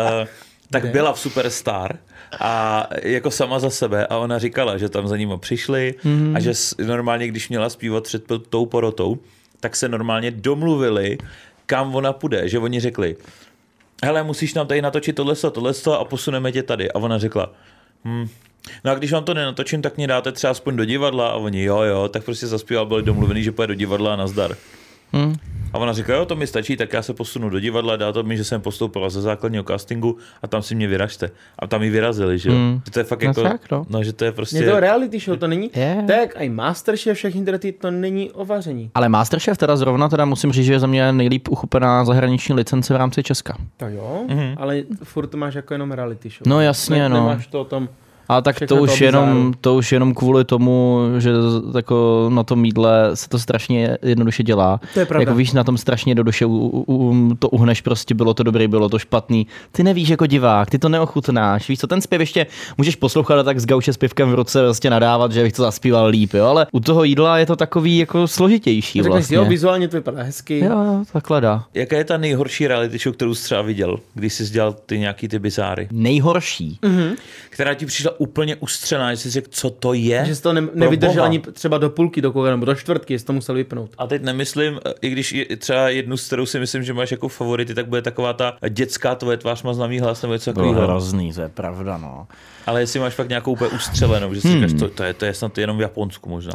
tak byla v Superstar. A jako sama za sebe a ona říkala, že tam za nima přišli mm-hmm. a že normálně, když měla zpívat před tou porotou, tak se normálně domluvili, kam ona půjde, že oni řekli, hele, musíš nám tady natočit tohleto, tohleto a posuneme tě tady. A ona řekla, hm, no a když vám to nenatočím, tak mě dáte třeba aspoň do divadla. A oni, jo, jo, tak prostě zaspíval, byli domluvený, že půjde do divadla a nazdar. Hmm. A ona říká, jo, to mi stačí, tak já se posunu do divadla, dá to mi, že jsem postoupila ze základního castingu a tam si mě vyražte. A tam ji vyrazili, že jo. Hmm. Že to je fakt no jako, fakt, no. no, že to je prostě... Je to reality show, to není, yeah. Tak i Masterchef, všechny ty, to není ovaření. Ale Masterchef teda zrovna, teda musím říct, že je za mě nejlíp uchopená zahraniční licence v rámci Česka. To jo, mm-hmm. Ale furt to máš jako jenom reality show. No jasně, ne, no. Nemáš to o tom... A tak to už, jenom, to už jenom kvůli tomu, že jako na tom jídle se to strašně jednoduše dělá. To je pravda. Jako víš, na tom strašně jednoduše u, u, to uhneš, prostě bylo to dobrý, bylo to špatný. Ty nevíš jako divák, ty to neochutnáš. Víš co, ten zpěv ještě můžeš poslouchat a tak s gauče s pivkem v ruce vlastně nadávat, že bych to zaspíval líp, jo, ale u toho jídla je to takový jako složitější vlastně. Řekneš, jo, vizuálně to vypadá hezky. Jo, takhle dá. Jaká je ta nejhorší reality show, kterou jsi třeba viděl, když jsi dělal ty nějaký ty bizáry? Nejhorší? Mm-hmm. Která ti přišla úplně ustřená, že jsi řekl, co to je? Že jsi to ne- nevydržel ani třeba do půlky, do koho, nebo do čtvrtky, jsi to musel vypnout. A teď nemyslím, i když je třeba jednu, z kterou si myslím, že máš jako favority, tak bude taková ta dětská tvoje tvář má známý hlas, nebo něco takového. Bylo hrozný, to je pravda, no. Ale jestli máš fakt nějakou úplně ustřelenou, že si hmm. říkáš, to, to, je, to je snad jenom v Japonsku možná.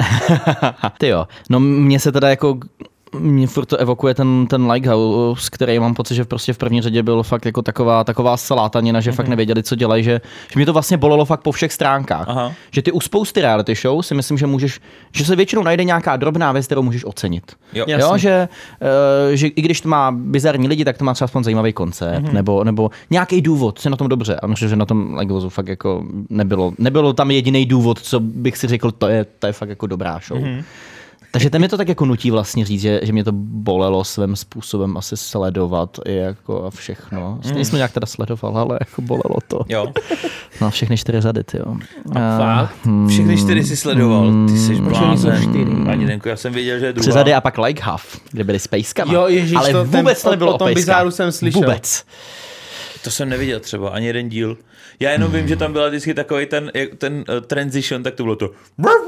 Ty jo, no mně se teda jako... Mě furt to evokuje ten, ten Lighthouse, který mám pocit, že prostě v první řadě byl fakt jako taková, taková salátanina, že mm-hmm. fakt nevěděli, co dělají, že, že mě to vlastně bolelo fakt po všech stránkách. Aha. Že ty u spousty reality show si myslím, že můžeš, že se většinou najde nějaká drobná věc, kterou můžeš ocenit. Jo, jo že, uh, že i když to má bizarní lidi, tak to má třeba aspoň zajímavý koncept, mm-hmm. nebo, nebo nějaký důvod, co je na tom dobře. A myslím, že na tom Lighthouse fakt jako nebylo, nebylo tam jediný důvod, co bych si řekl, to je, to je fakt jako dobrá show. Mm-hmm. Takže ten mě to tak jako nutí vlastně říct, že, že mě to bolelo svým způsobem asi sledovat i jako a všechno. Stejně mm. jsem nějak teda sledoval, ale jako bolelo to. Jo. No všechny čtyři řady, tyjo. A fakt? Hmm, všechny čtyři jsi sledoval? Ty jsi blázen. Ani Denko, já jsem věděl, že je druhá. Tři řady a pak Like Half, kde byly spacekama. Jo, ježiš, ale to vůbec to nebylo o tom bizáru jsem slyšel. Vůbec. To jsem neviděl třeba, ani jeden díl. Já jenom vím, že tam byla vždycky takový ten, ten uh, transition, tak to bylo to.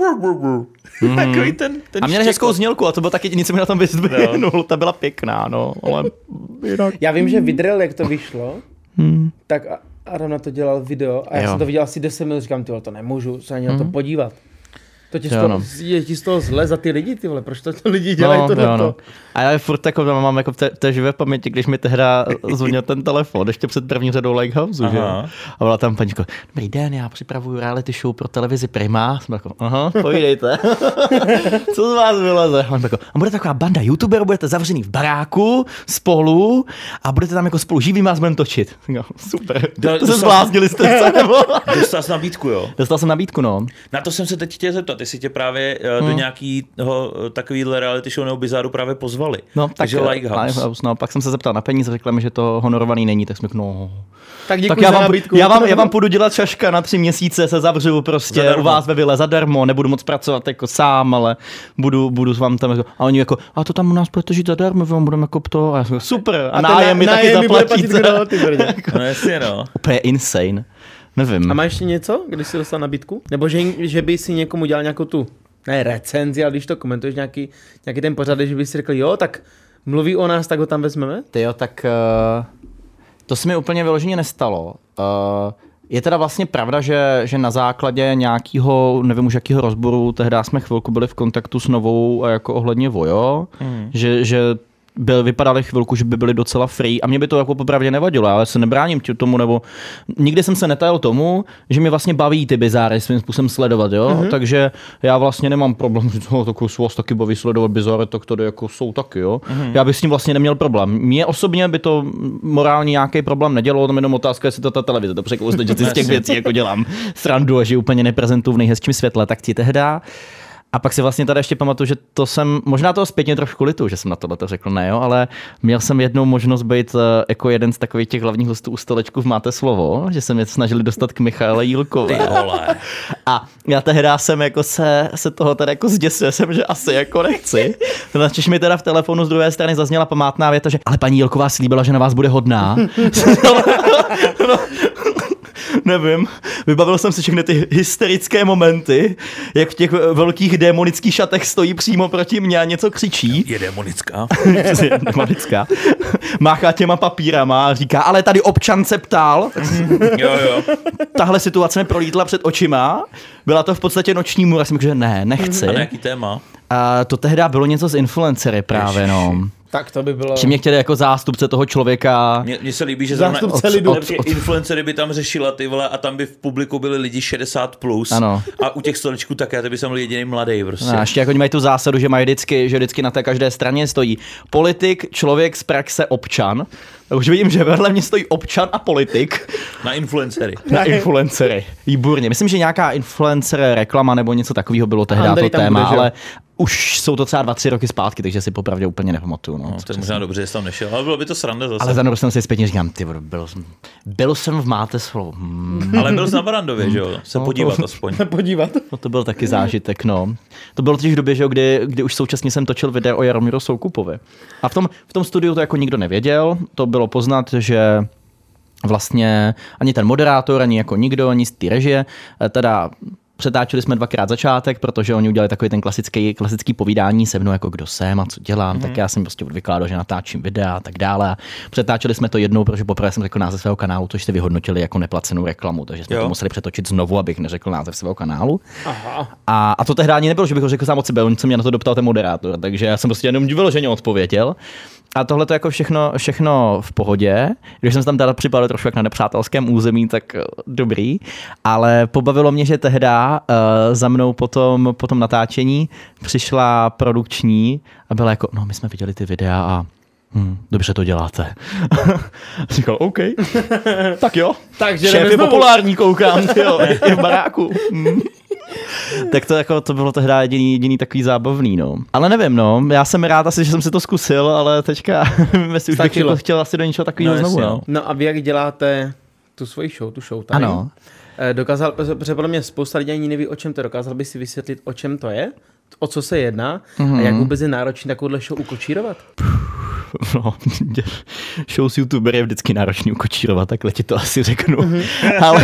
Mm. Takový ten, ten a měl hezkou znělku a to bylo taky jediný, co mi na tom vyzdvihnul. No. Ta byla pěkná, no. Ale jinak... Já vím, že Vidrel, jak to vyšlo, hmm. tak Adam na to dělal video a já jo. jsem to viděl asi deset minut, říkám, tyjo, to nemůžu se ani hmm. na to podívat. To tě z toho, je ti z toho zle za ty lidi, ty vole, proč to lidi dělají no, tohle? No, no. A já furt jako mám jako té, té živé paměti, když mi tehda zvonil ten telefon, ještě před první řadou Lighthouse, že? A byla tam paníko, dobrý den, já připravuju reality show pro televizi Prima. Jsem jako, aha, povídejte. Co z vás vyleze? A, jako, a bude taková banda youtuberů, budete zavřený v baráku spolu a budete tam jako spolu živým vás budeme točit. No, super. Do, to se zbláznili jste se, nebo? Dostal jsi nabídku, jo? Dostal jsem nabídku, no. Na to jsem se teď chtěl zeptat, jestli tě právě hmm. do nějakého takovýhle reality show nebo bizáru právě pozvali. No, tak, takže Lighthouse. Lighthouse. No, pak jsem se zeptal na peníze, řekla mi, že to honorovaný není, tak jsme no. Tak, tak já, vám, já, vám, já vám půjdu dělat šaška na tři měsíce, se zavřu prostě zadarmo. U vás ve vile zadarmo, nebudu moc pracovat jako sám, ale budu, budu vám tam jako, a oni jako, a to tam u nás budete žít zadarmo, vám budeme jako to, a já jsem, super, a, a nájem mi taky zaplatíte. No jasně, no. Úplně insane, nevím. A máš ještě něco, když jsi dostal nabídku? Nebo že, že by si někomu dělal nějakou tu, ne recenzi, ale když to komentuješ nějaký, nějaký ten pořad, že by si řekl, jo, tak mluví o nás, tak ho tam vezmeme? Ty jo, tak uh, to se mi úplně vyloženě nestalo. Uh, je teda vlastně pravda, že, že na základě nějakého, nevím už jakého rozboru, tehdy jsme chvilku byli v kontaktu s Novou jako ohledně Vojo, mm. že, že byl, vypadali chvilku, že by byli docela free a mě by to jako popravdě nevadilo, ale se nebráním tomu, nebo nikdy jsem se netajil tomu, že mě vlastně baví ty bizáry svým způsobem sledovat, jo, mm-hmm. takže já vlastně nemám problém, že toho takovou vás taky baví sledovat bizáry, tak tady jako jsou taky, jo. Mm-hmm. Já bych s tím vlastně neměl problém. Mně osobně by to morálně nějaký problém nedělalo, to jenom otázka, jestli to ta televize to překouzne, že ty z těch věcí jako dělám srandu a že úplně neprezentuju v nejhezčím světle, tak ti tehda. A pak si vlastně tady ještě pamatuju, že to jsem, možná toho zpětně trošku litu, že jsem na tohle to řekl, ne jo, ale měl jsem jednou možnost být uh, jako jeden z takových těch hlavních hostů u stolečku v Máte slovo, že se mě snažili dostat k Michaele Jílkové. A já tehdy jsem jako se, se toho teda jako zděsil, jsem, že asi jako nechci. Načež mi teda v telefonu z druhé strany zazněla památná věta, že ale paní Jílková slíbila, že na vás bude hodná. no, nevím, vybavil jsem si všechny ty hysterické momenty, jak v těch velkých démonických šatech stojí přímo proti mně a něco křičí. Je démonická. je démonická. Máchá těma papírama a říká, ale tady občan se ptal. jo, jo. Tahle situace mi prolítla před očima. Byla to v podstatě noční můra. Já jsem řekl, že ne, nechci. A na jaký téma? A to tehdy bylo něco z influencery právě, no. Tak to by bylo... Že mě chtěli jako zástupce toho člověka... Mně se líbí, že zrovna influencery by tam řešila ty vole a tam by v publiku byli lidi šedesát plus. Ano. A u těch stolečků také, ty by jsem byl jediný mladý prostě. No, ještě jako oni mají tu zásadu, že mají vždycky, že vždycky na té každé straně stojí politik, člověk z praxe, občan. A už vidím, že vedle mě stojí občan a politik. Na influencery. Na influencery. Výborně. Myslím, že nějaká influencer reklama nebo něco takového bylo tehdy to téma, bude, ale už jsou to třeba dva, tři roky zpátky, takže si popravdě úplně nepamatuju. No, no to je možná dobře, že tam nešel, ale bylo by to sranda zase. Ale za jsem si zpětně říkám, ty byl jsem, byl jsem v Máte slovo. Hmm. Ale byl jsi na Barandově, že jo? Se no, podívat to, aspoň. podívat. No to byl taky zážitek, no. To bylo totiž v době, že jo, kdy, kdy už současně jsem točil video o Jaromíru Soukupovi. A v tom, v tom studiu to jako nikdo nevěděl, to bylo poznat, že vlastně ani ten moderátor, ani jako nikdo, ani z té režie, teda přetáčeli jsme dvakrát začátek, protože oni udělali takový ten klasický, klasický povídání se mnou, jako kdo jsem a co dělám, mm. tak já jsem prostě vykládal, že natáčím videa a tak dále. A přetáčeli jsme to jednou, protože poprvé jsem řekl název svého kanálu, což jste vyhodnotili jako neplacenou reklamu, takže jsme jo. to museli přetočit znovu, abych neřekl název svého kanálu. Aha. A, a to tehdy ani nebylo, že bych ho řekl sám od sebe, on se mě na to doptal ten moderátor, takže já jsem prostě jenom vyloženě odpověděl. A tohle to jako všechno, všechno v pohodě. Když jsem se tam teda připadal trošku jak na nepřátelském území, tak dobrý. Ale pobavilo mě, že tehda uh, za mnou po tom, po tom natáčení přišla produkční a byla jako, no my jsme viděli ty videa a Hmm, dobře to děláte. Říkal, OK. Tak jo. Takže šéf je populární, koukám, jo, je v baráku. Hmm. Tak to, jako, to bylo tehdy jediný, jediný takový zábavný, no. Ale nevím, no. Já jsem rád asi, že jsem si to zkusil, ale teďka si už bych jako chtěl asi do něčeho takového no, znovu, no. No a vy jak děláte tu svoji show, tu show tady? Ano. Dokázal, protože podle mě spousta lidí ani neví, o čem to je. Dokázal by si vysvětlit, o čem to je? O co se jedná? Mm-hmm. A jak vůbec je náročný takovouhle show ukočírovat? no, show s youtuber je vždycky náročný ukočírovat, takhle ti to asi řeknu. Mm-hmm. ale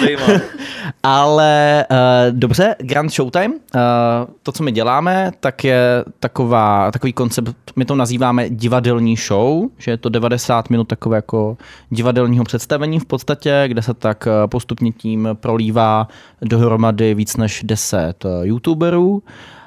ale uh, dobře, Grand Showtime, uh, to, co my děláme, tak je taková, takový koncept, my to nazýváme divadelní show, že je to devadesát minut takové jako divadelního představení v podstatě, kde se tak postupně tím prolívá dohromady víc než deset youtuberů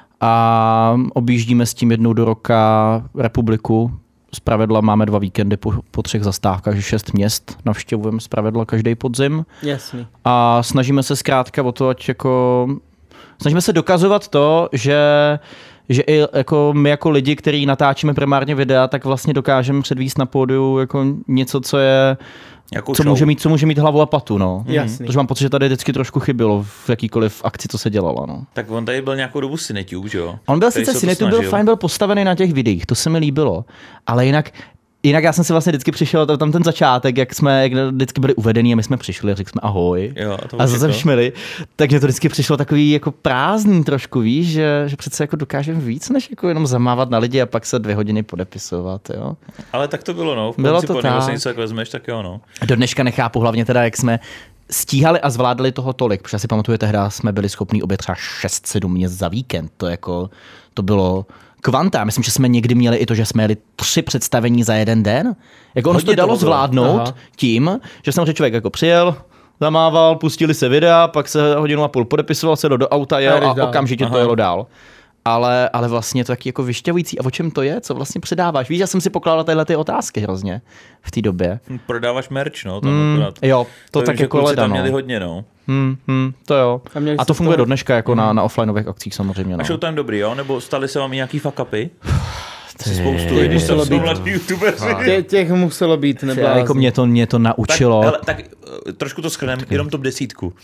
a objíždíme s tím jednou do roka republiku. Zpravidla máme dva víkendy po, po třech zastávkách, že šest měst navštěvujeme zpravidla každý podzim. Jasný. A snažíme se zkrátka o to, ať jako... Snažíme se dokazovat to, že že i jako my jako lidi, kteří natáčíme primárně videa, tak vlastně dokážeme předvést na pódiu jako něco, co je co může, mít, co může mít hlavu a patu, no. Jasný. Protože mám pocit, že tady vždycky trošku chybilo v jakýkoliv akci, co se dělala, no. Tak on tady byl nějakou dobu Cinetube, že jo? On byl sice Cinetube, byl fajn, byl postavený na těch videích, to se mi líbilo, ale jinak Jinak já jsem si vlastně vždycky přišel, tam ten začátek, jak jsme jak vždycky byli uvedení a my jsme přišli a řekli jsme ahoj jo, a, a zase šmili, tak mě to vždycky přišlo takový jako prázdný trošku, víš, že, že přece jako dokážeme víc, než jako jenom zamávat na lidi a pak se dvě hodiny podepisovat, jo. Ale tak to bylo, no. V bylo to tak. Vlastně něco jak vezmeš, tak jo, no. Do dneška nechápu hlavně teda, jak jsme stíhali a zvládli toho tolik, protože si pamatuju, tehdy jsme byli schopni obět třeba šest sedm měst za víkend, to jako, to bylo kvanta. Myslím, že jsme někdy měli i to, že jsme jeli tři představení za jeden den. Jako ono to dalo zvládnout Aha. tím, že jsem člověk jako přijel, zamával, pustili se videa, pak se hodinu a půl podepisoval, se do, do auta jel a, a okamžitě Aha. to jelo dál. Ale, ale vlastně to taky jako vyšťavující. A o čem to je? Co vlastně předáváš? Víš, já jsem si pokládal tyhle ty otázky hrozně v té době. Prodáváš merch, no. Tam mm, jo, to, to tak jako leda, tam no. měli hodně, no. Hmm, hmm, to jo. A, a to funguje toho... do dneška jako hmm. na, na offlineových akcích samozřejmě. No. A jsou tam dobrý, jo? Nebo stali se vám i nějaký fuck-upy? Ty... Spoustu lidí, muselo být. Tě, těch muselo být, nebo jako mě to, mě to naučilo. Tak, hele, tak trošku to shrneme, jenom top desítku.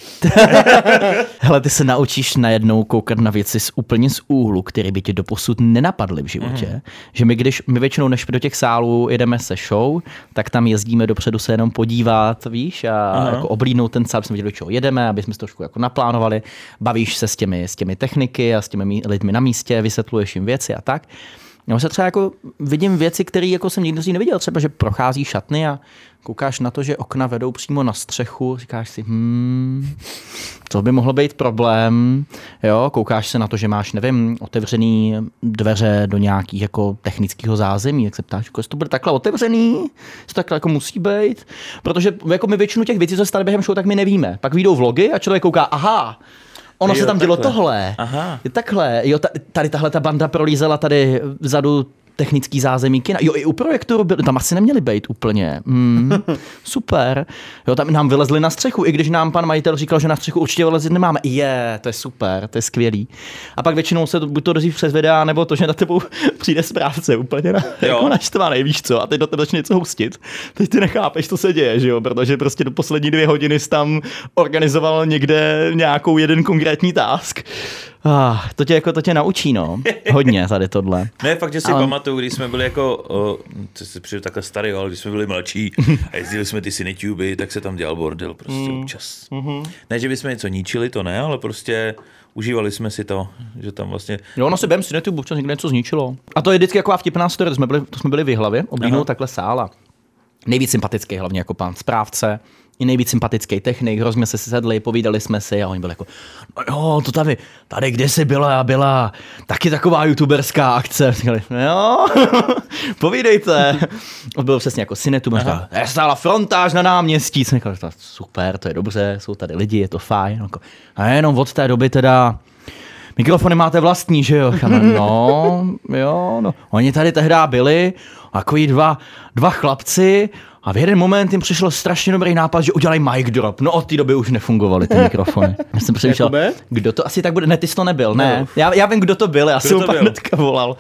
Hele, ty se naučíš najednou koukat na věci z úplně z úhlu, který by ti doposud nenapadly v životě. Mm. Že my, když my většinou, než do těch sálů jedeme se show, tak tam jezdíme dopředu se jenom podívat, víš, a jako oblídnout ten sál, aby jsme viděli, do čeho jedeme, aby jsme to trošku jako naplánovali. Bavíš se s těmi, s těmi techniky a s těmi lidmi na místě, vysvětluješ jim věci a tak. No se třeba jako vidím věci, které jako jsem nikdy neviděl, třeba, že prochází šatny a koukáš na to, že okna vedou přímo na střechu, říkáš si, hmm, to by mohlo být problém, jo, koukáš se na to, že máš, nevím, otevřený dveře do nějakých jako technického zázemí, jak se ptáš, jako jestli to bude takhle otevřený, jestli to takhle jako musí být, protože jako my většinu těch věcí, co se stane během show, tak my nevíme. Pak vyjdou vlogy a člověk kouká, aha, ono jo, se tam dělo takhle. Tohle. Aha. Je takhle. Jo, tady tahle ta banda prolízela tady vzadu technický zázemí kina. Jo, i u projektoru byli, tam asi neměli být úplně. Mm, super. Jo, tam nám vylezli na střechu, i když nám pan majitel říkal, že na střechu určitě vylezit nemáme. Je, to je super, to je skvělý. A pak většinou se to, buď to dozví přes videa, nebo to, že na tebou přijde správce úplně na, jako naštvaný, víš co, a teď do tebe začne něco hustit. Teď ty nechápeš, co se děje, že jo, protože prostě do poslední dvě hodiny jsi tam organizoval někde nějakou jeden konkrétní task. Ah, to tě jako to tě naučí, no. Hodně tady tohle. Ne, fakt, že si ale... pamatuju, když jsme byli jako, o, to si přijde takhle starý, ale když jsme byli mladší a jezdili jsme ty Cinetube, tak se tam dělal bordel prostě mm. občas. Mm-hmm. Ne, že bychom něco ničili, to ne, ale prostě užívali jsme si to, že tam vlastně... Jo, ono se během Cinetube občas někde něco zničilo. A to je vždycky jako vtipná story, to jsme byli, to jsme byli v Jihlavě, oblídnout takhle sála. Nejvíc sympatický hlavně jako pan správce. I nejvíc sympatický technik, hrozně se sedli, povídali jsme si a oni byli jako, no jo, to tady, tady kdysi byla, byla taky taková youtuberská akce. Říkali, no jo, povídejte. To bylo přesně jako Cinetube, je stála frontáž na náměstí. Jsem říkal, super, to je dobře, jsou tady lidi, je to fajn. A jenom od té doby teda mikrofony máte vlastní, že jo? No, jo, no. Oni tady tehdy byli, takový dva, dva chlapci, a v jeden moment jim přišel strašně dobrý nápad, že udělají mic drop. No od té doby už nefungovaly ty mikrofony. Já jsem přemýšlel, kdo to asi tak bude, ne, ty jsi to nebyl, ne. Já, já vím, kdo to byl, já jsem úplně hnedka volal.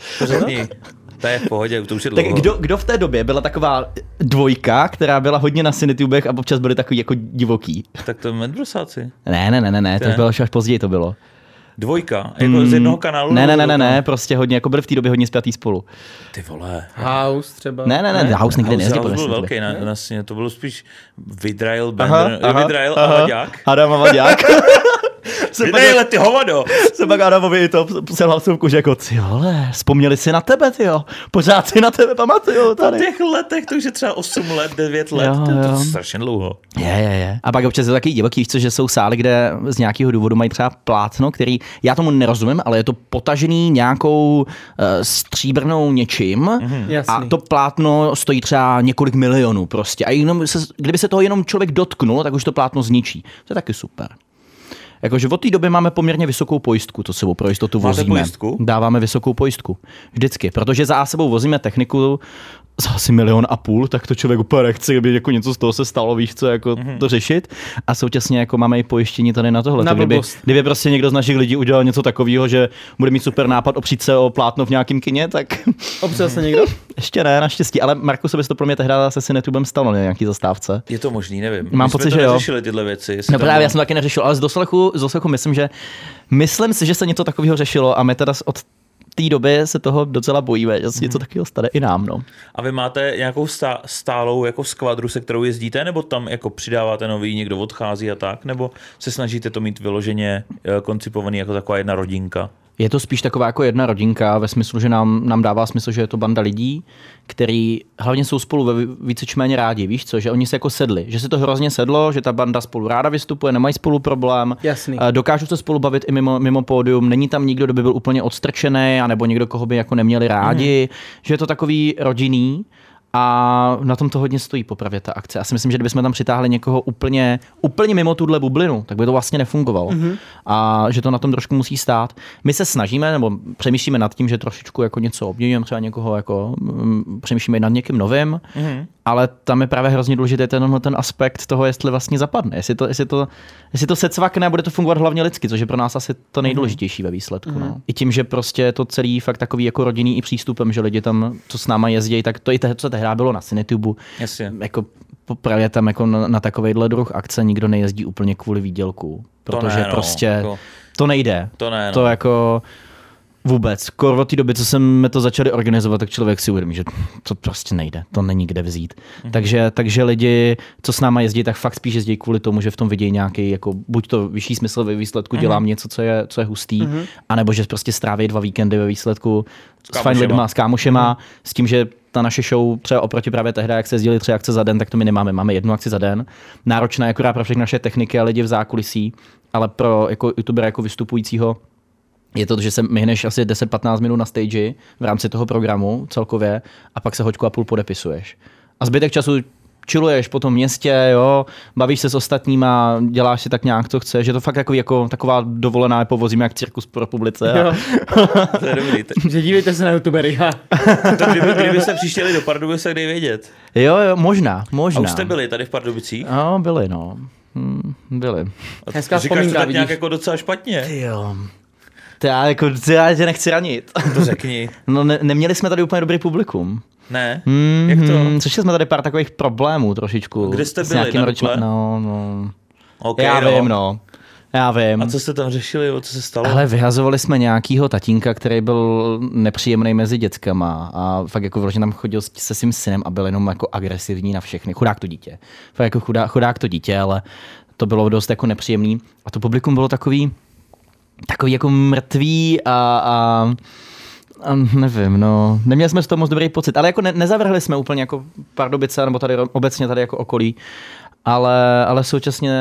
To je v pohodě, to už je dlouho. Tak kdo, kdo v té době byla taková dvojka, která byla hodně na Cinetubech a občas byli takový jako divoký? Tak to Medbrosáci. Ne, ne, ne, ne, ne, to bylo až později to bylo. Dvojka? Jako mm. z jednoho kanálu? Ne, ne, ne, ne, ne, prostě hodně, jako byli v té době hodně spjatý spolu. Ty vole. House třeba? Ne, ne, ne, ne House nikdy nejezdil. House byl velký, na, na sně, to bylo spíš Vidrail, Bender, aha, Vidrail aha, a Vaďák. Adam a Vaďák. Vydejle ty hovado! Jsem pak Adamovi to psal hlasovku, že jako, ty vole, vzpomněli si na tebe, tyjo. Pořád si na tebe pamatuju tady. Po těch letech, to už je třeba osm let, devět let, jo, to, to je strašně dlouho. Je, je, je. A pak občas je to taky divoký, víš co, že jsou sály, kde z nějakého důvodu mají třeba plátno, který, já tomu nerozumím, ale je to potažený nějakou uh, stříbrnou něčím mm-hmm. a to plátno stojí třeba několik milionů prostě. A jenom se, kdyby se toho jenom člověk dotknul, tak už to plátno zničí. To je taky super. Jakože od té doby máme poměrně vysokou pojistku, to sebou pro jistotu Máte vozíme. Pojistku? Dáváme vysokou pojistku. Vždycky, protože za sebou vozíme techniku za asi milion a půl, tak to člověk úplně nechce, kdyby jako něco z toho se stalo, víš co, jako mm-hmm. to řešit. A současně jako máme i pojištění tady na tohle. Na kdyby, kdyby prostě někdo z našich lidí udělal něco takového, že bude mít super nápad opřít se o plátno v nějakém kině, tak... Opřel se někdo? Ještě ne, naštěstí, ale Marku, se by to pro mě tehdy se si netubem stalo na nějaký zastávce. Je to možný, nevím. Mám My pocit, jsme že to jo. neřešili tyhle věci. No právě, já jsem taky neřešil, ale z doslechu, z doslechu myslím, že myslím si, že se něco takového řešilo a my teda od té doby se toho docela bojíme, že se něco takového stane i nám. No. A vy máte nějakou stá, stálou jako skvadru, se kterou jezdíte, nebo tam jako přidáváte nový, někdo odchází a tak, nebo se snažíte to mít vyloženě koncipovaný jako taková jedna rodinka? Je to spíš taková jako jedna rodinka ve smyslu, že nám, nám dává smysl, že je to banda lidí, který hlavně jsou spolu ve více či méně rádi, víš co, že oni se jako sedli, že se to hrozně sedlo, že ta banda spolu ráda vystupuje, nemají spolu problém, Jasný. Dokážou se spolu bavit i mimo, mimo pódium, není tam nikdo, kdo by byl úplně odstrčený, anebo někdo, koho by jako neměli rádi, mm. že je to takový rodinný. A na tom to hodně stojí popravě ta akce. Já si myslím, že kdybychom tam přitáhli někoho úplně, úplně mimo tuhle bublinu, tak by to vlastně nefungovalo. Mm-hmm. A že to na tom trošku musí stát. My se snažíme, nebo přemýšlíme nad tím, že trošičku jako něco obměňujeme, třeba někoho jako um, přemýšlíme nad někým novým, mm-hmm. ale tam je právě hrozně důležitý ten, ten aspekt toho, jestli vlastně zapadne. Jestli to, jestli to, jestli to se cvakne a bude to fungovat hlavně lidsky, což je pro nás asi to nejdůležitější mm-hmm. ve výsledku. Mm-hmm. No. I tím, že prostě je to celý fakt takový jako rodinný i přístupem, že lidi tam, co s náma jezdí, tak to i to, co tehdy bylo na Cinetubu. Jasně. Jako právě tam jako na, na takovejhle druh akce nikdo nejezdí úplně kvůli výdělku, protože to ne, no. prostě jako... to nejde. To ne, no. To jako vůbec. Skoro od té doby, co jsme to začali organizovat, tak člověk si uvědomí, že to prostě nejde. To není kde vzít. Mm-hmm. Takže, takže lidi, co s náma jezdí, tak fakt spíš jezdí kvůli tomu, že v tom vidějí nějaký, jako buď to vyšší smysl ve výsledku, mm-hmm. dělám něco, co je, co je hustý, mm-hmm. anebo že prostě stráví dva víkendy ve výsledku s fajn lidma, s kámošema, mm-hmm. s tím, že ta naše show třeba oproti právě tehdy, jak se jezdili tři akce za den, tak to my nemáme. Máme jednu akci za den. Náročná je akorát pro všechny naše techniky a lidi v zákulisí, ale pro jako youtubera jako vystupujícího je to, že se myhneš asi deset patnáct minut na stage v rámci toho programu celkově a pak se hoďku a půl podepisuješ. A zbytek času chilluješ po tom městě, jo, bavíš se s ostatníma, děláš si tak nějak, co chceš. Je to fakt jako, jako taková dovolená, povozíme jak cirkus po republice. A... to je dobrý. Že dívejte se na youtubery. To kdyby, kdybyste přišli do Pardubic, tak dej vědět. Jo, jo, možná, možná. A už jste byli tady v Pardubicích? No, byli, no. Hmm, byli. Hezká říkáš to tak vidíš? nějak jako docela špatně. Jo. To já, jako, to já tě nechci ranit. To řekni. No ne, neměli jsme tady úplně dobrý publikum. Ne? Mm, Jak to? Řešili jsme tady pár takových problémů trošičku. Kde jste byli? Na ročma... No, no. Okay, já no. vím, no. Já vím. A co jste tam řešili? Co se stalo? Ale vyhazovali jsme nějakýho tatínka, který byl nepříjemný mezi dětskama a fakt jako vlastně tam chodil se svým synem a byl jenom jako agresivní na všechny. Chudák to dítě. Fakt jako chudá, chudák to dítě, ale to bylo dost jako nepříjemný. A to publikum bylo takový takový jako mrtvý a, a, a nevím, no, neměli jsme z toho moc dobrý pocit, ale jako ne, nezavrhli jsme úplně jako Pardubice, nebo tady obecně tady jako okolí, ale, ale současně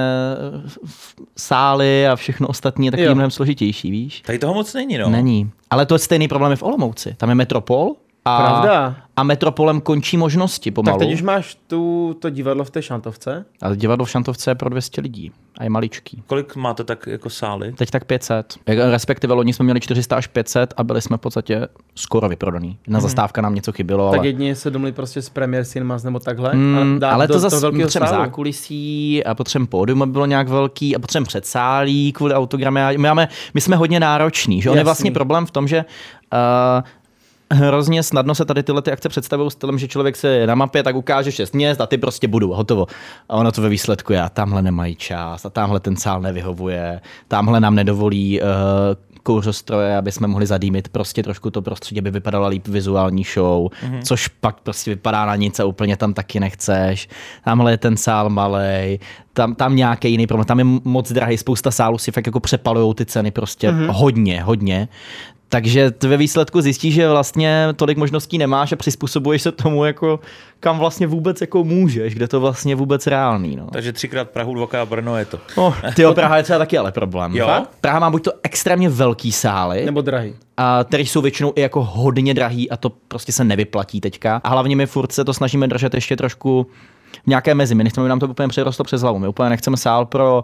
sály a všechno ostatní je taky mnohem složitější, víš? Tady toho moc není, no. Není, ale to je stejný problém v Olomouci, tam je Metropol. A, Pravda. A Metropolem končí možnosti pomalu. Tak teď už máš tu, to divadlo v té Šantovce? Ale divadlo v Šantovce je pro dvě stě lidí a je maličký. Kolik máte tak jako sály? Teď tak pět set. Respektive loni jsme měli čtyři sta až pět set a byli jsme v podstatě skoro vyprodaný. Na hmm. zastávka nám něco chybilo. Tak ale... jedině se domluvili prostě s Premier Cinemas nebo takhle. Mm, ale ale do, to zase potřebujeme sálu. zákulisí a potřebujeme pódium, aby bylo nějak velký a potřebujeme předsálí kvůli autogramy. My, máme, my jsme hodně nároční. Že? On je vlastně problém v tom, že uh, hrozně snadno se tady tyhle ty akce představují stylem, že člověk se na mapě tak ukáže šest měst a ty prostě budu, hotovo. A ono to ve výsledku je, a tamhle nemají čas, a tamhle ten sál nevyhovuje, tamhle nám nedovolí uh, kouřostroje, aby jsme mohli zadýmit prostě trošku to prostředí, aby vypadala líp vizuální show, mm-hmm. což pak prostě vypadá na nic a úplně tam taky nechceš. Tamhle je ten sál malej, tam, tam nějaký jiný problém, tam je moc drahý, spousta sálů si fakt jako přepalujou ty ceny prostě mm-hmm. hodně, hodně. Takže ve výsledku zjistíš, že vlastně tolik možností nemáš a přizpůsobuješ se tomu, jako, kam vlastně vůbec jako můžeš, kde to vlastně vůbec reálný. No. Takže třikrát Prahu, dvakrát Brno je to. Oh, tyjo, Praha je třeba taky ale problém. Jo? Praha má buď to extrémně velký sály, nebo drahý. A které jsou většinou i jako hodně drahý a to prostě se nevyplatí teďka. A hlavně my furt se to snažíme držet ještě trošku v nějaké mezi. My nechceme, aby nám to úplně přerostlo přes hlavu. My úplně nechceme sál pro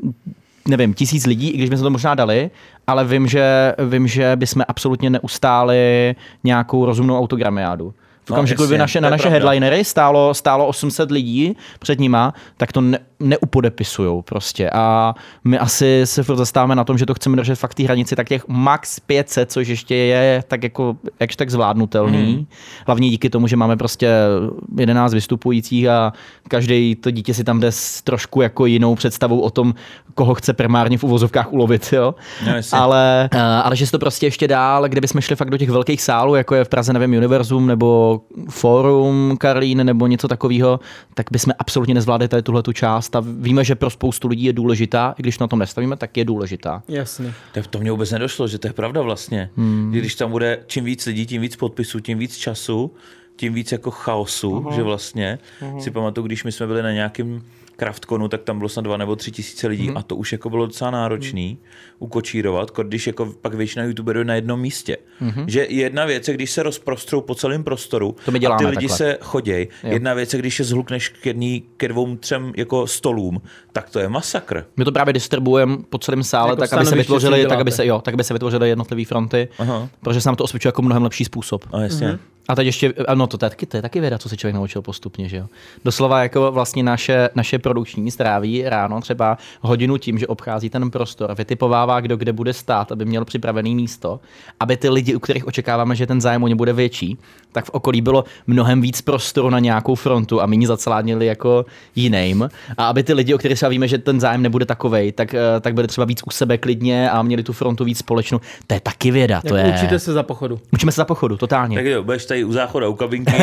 nevím, tisíc lidí, i když bychom to možná dali, ale vím, že, vím, že bychom absolutně neustáli nějakou rozumnou autogramiádu. V okamžiku, no, kdyby naše, na naše pravda. Headlinery stálo, stálo osm set lidí před nima, tak to ne, neupodepisujou prostě. A my asi se furt zastáváme na tom, že to chceme držet fakt té hranici tak těch max pět set, což ještě je tak jako jakž tak zvládnutelný. Mm. Hlavně díky tomu, že máme prostě jedenáct vystupujících a každý to dítě si tam jde s trošku jako jinou představou o tom, koho chce primárně v uvozovkách ulovit, jo. No, ale, ale že se to prostě ještě dál, kdyby jsme šli fakt do těch velkých sálů, jako je v Praze, nevím, Univerzum nebo Fórum Karlín nebo něco takového, tak bychom absolutně nezvládli tady tuhle tu část a víme, že pro spoustu lidí je důležitá, i když na tom nestavíme, tak je důležitá. Jasně. Tak to mě vůbec nedošlo, že to je pravda vlastně. Hmm. Když tam bude čím víc lidí, tím víc podpisů, tím víc času, tím víc jako chaosu, uh-huh. že vlastně uh-huh. si pamatuju, když my jsme byli na nějakém Craftconu, tak tam bylo snad dva nebo tři tisíce lidí mm. a to už jako bylo docela náročný mm. ukočírovat, když jako pak většina youtuberů na jednom místě. Mm-hmm. Že jedna věc je, když se rozprostrou po celém prostoru a ty lidi takhle. Se choděj. Jo. Jedna věc je, když je zhlukneš k jedný, ke dvou, třem jako stolům, tak to je masakr. My to právě distribuujeme po celém sále, jako tak aby se vytvořili, tak aby se, jo, tak aby se vytvořily jednotlivé fronty, Aha. protože se nám to osvědčuje jako mnohem lepší způsob. A jasně. Mm-hmm. A teď ještě, no to, taky, to je taky věda, co se člověk naučil postupně, že jo. Doslova jako vlastně naše, naše produkční stráví ráno třeba hodinu tím, že obchází ten prostor, vytipovává, kdo kde bude stát, aby měl připravený místo, aby ty lidi, u kterých očekáváme, že ten zájem o ně bude větší, tak v okolí bylo mnohem víc prostoru na nějakou frontu a méně zaceládnili jako jiným. A aby ty lidi, o kterých třeba víme, že ten zájem nebude takovej, tak, tak byli třeba víc u sebe klidně a měli tu frontu víc společnou. To je taky věda. To jak je... Učíte se za pochodu. Učíme se za pochodu, totálně. Tak jo, budeš tady u záchoda, u kabinky.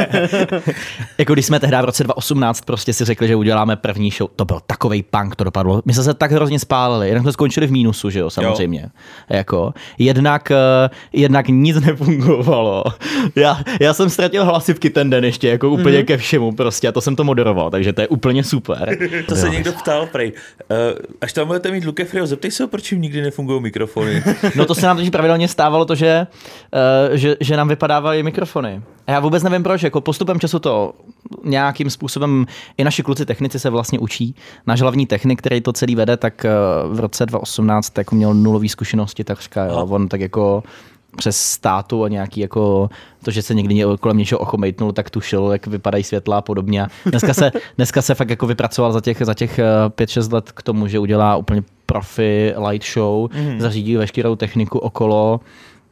Jako když jsme tehdy v roce dva tisíce osmnáct prostě si řekli, že uděláme první show, to byl takovej punk, to dopadlo. My jsme se tak hrozně spálili, jednak jsme skončili v mínusu, že jo, samozřejmě. Jo. Jako, jednak, jednak nic nefungovalo. Já, já jsem ztratil hlasivky ten den ještě, jako úplně mm-hmm. ke všemu prostě a to jsem to moderoval, takže to je úplně super. To se někdo ptal, prej. Uh, až tam budete mít Luke Free, zeptej se, proč jim nikdy nefungují mikrofony. No to se nám totiž pravidelně stávalo to, že, uh, že, že nám vypadávaly mikrofony. A já vůbec nevím proč, jako postupem času to nějakým způsobem i naši kluci technici se vlastně učí. Náš hlavní technik, který to celý vede, tak v roce dva tisíce osmnáct jako měl nulový zkušenosti takřka, jo. On tak jako přes státu a nějaký jako to, že se někdy kolem něčeho ochomejtnul, tak tušil, jak vypadají světla a podobně. Dneska se, dneska se fakt jako vypracoval za těch, za těch pět šest let k tomu, že udělá úplně profi light show, mm-hmm. zařídí veškerou techniku okolo,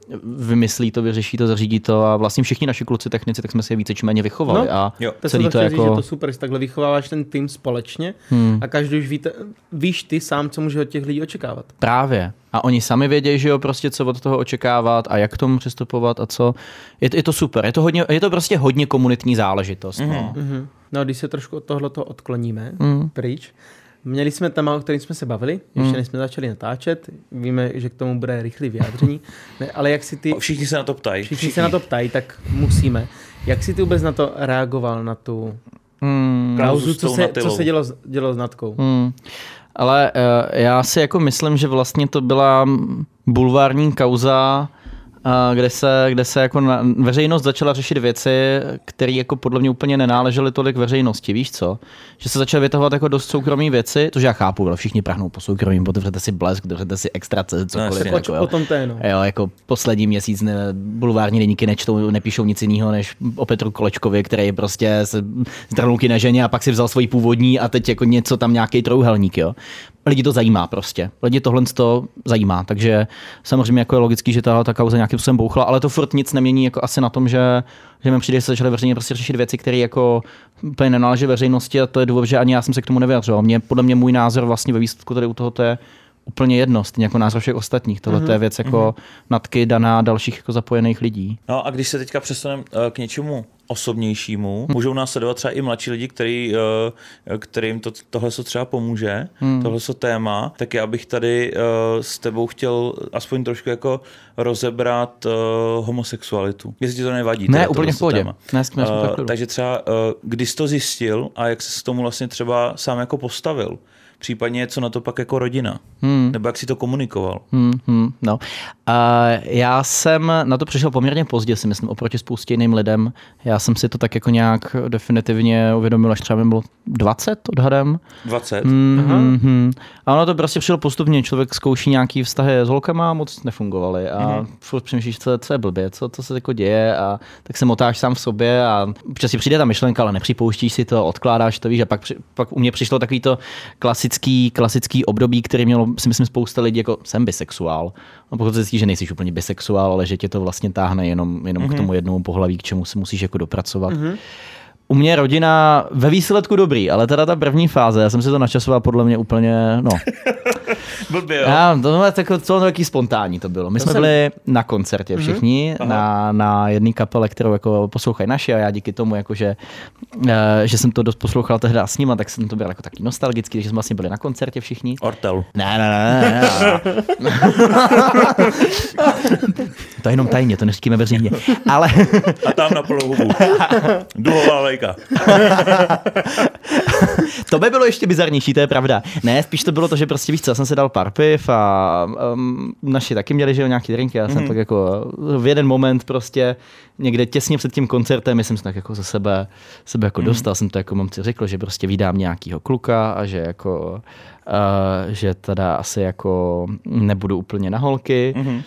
vymyslí to, vyřeší to, zařídí to a vlastně všichni naši kluci technici, tak jsme si je více či méně vychovali. No, a jo. celý to, to jako... říct, že to super, že takhle vychováváš ten tým společně hmm. a každý už ví, víš ty sám, co může od těch lidí očekávat. Právě. A oni sami vědějí, že jo, prostě co od toho očekávat a jak k tomu přistupovat a co. Je, je to super. Je to, hodně, je to prostě hodně komunitní záležitost. Mm-hmm. No. Mm-hmm. No, když se trošku od tohoto odkloníme mm. pryč, měli jsme téma, o kterém jsme se bavili, ještě mm. než jsme začali natáčet. Víme, že k tomu bude rychlé vyjádření. Ne, ale jak si ty... Všichni se na to ptají. Všichni, všichni se na to ptají, tak musíme. Jak si ty vůbec na to reagoval, na tu mm. klauzu, co se, co se dělo, dělo s Natkou? Mm. Ale uh, já si jako myslím, že vlastně to byla bulvární kauza, kde se, kde se jako na, veřejnost začala řešit věci, které jako podle mě úplně nenáležely tolik veřejnosti, víš co? Že se začaly vytahovat jako dost soukromý věci, což já chápu, ale všichni prahnou po soukromým, otevřete si Blesk, otevřete si Extra, cokoliv. No, jako, o tom to je, no. Jo, jako poslední měsíc ne, bulvární deníky nečtou, nepíšou nic jiného než o Petru Kolečkovi, který prostě se zdrnul na ženě a pak si vzal svoji původní a teď jako něco tam nějaký trouhelník, jo. Lidi to zajímá prostě. Lidi tohle to zajímá, takže samozřejmě jako je logický, že ta, ta kauza nějakým způsobem bouchla, ale to furt nic nemění jako asi na tom, že, že mi přijde, že se začaly veřejně prostě řešit věci, které jako úplně nenáleží veřejnosti a to je důvod, že ani já jsem se k tomu nevyjadřoval. Mě, podle mě můj názor vlastně ve výsledku tady u toho to je úplně jedno, stejně jako názor všech ostatních. Tohle mm-hmm. je věc jako mm-hmm. Natky daná dalších jako zapojených lidí. No a když se teďka přestaneme k něčemu osobnějšímu, hmm. můžou nás sledovat třeba i mladší lidi, který, kterým to, tohle so třeba pomůže, hmm. tohle so téma, tak já bych tady s tebou chtěl aspoň trošku jako rozebrat homosexualitu. Jestli ti to nevadí. Ne, úplně v pohodě. Ne, uh, takže třeba, kdy jsi to zjistil a jak jsi s tomu vlastně třeba sám jako postavil? Případně co na to pak jako rodina? Hmm. Nebo jak jsi to komunikoval? Hmm, hmm, no. uh, já jsem na to přišel poměrně pozdě, si myslím, oproti spoustě jiným lidem. Já jsem si to tak jako nějak definitivně uvědomil, až třeba mi bylo dvacet odhadem. dvacet? Hmm, hmm, hmm. A ono to prostě přišlo postupně. Člověk zkouší nějaký vztahy s holkama a moc nefungovaly. A hmm. furt přemýšlíš, co, co je blbě, co, co se jako děje. A tak se motáš sám v sobě a občas si přijde ta myšlenka, ale nepřipouštíš si to, odkládáš to, víš. A pak, pak u mě přišlo takový to klasický, klasický období, který mělo, si myslím, spousta lidí, jako jsem bisexuál. No, pokud se zjistí, že nejsi úplně bisexuál, ale že tě to vlastně táhne jenom, jenom mm-hmm. k tomu jednomu pohlaví, k čemu se musíš jako dopracovat. Mm-hmm. U mě rodina ve výsledku dobrý, ale teda ta první fáze, já jsem si to načasoval podle mě úplně, no. Blbě, jo. Já, to bylo jako celé taky spontánní to bylo. My to jsme jsem... byli na koncertě všichni, mm-hmm. na, na jedné kapele, kterou jako poslouchají naši a já díky tomu, jako, že, že jsem to dost poslouchal tehdy s nima, tak jsem to byl jako taky nostalgický, že jsme vlastně byli na koncertě všichni. Ortel. Ne, ne, ne, ne, ne. To je jenom tajně, to neříkíme veřejně. Ale... A tam na plnou hubu. Duhová lejka. To by bylo ještě bizarnější, to je pravda. Ne, spíš to bylo to, že prostě víš co, já jsem si dal pár piv a um, naši taky měli, že jo, nějaký drinky, já jsem mm. tak jako v jeden moment prostě někde těsně před tím koncertem, jsem se tak jako ze sebe, sebe jako mm. dostal, jsem to jako mamci řekl, že prostě vydám nějakýho kluka a že jako, uh, že teda asi jako nebudu úplně na holky mm.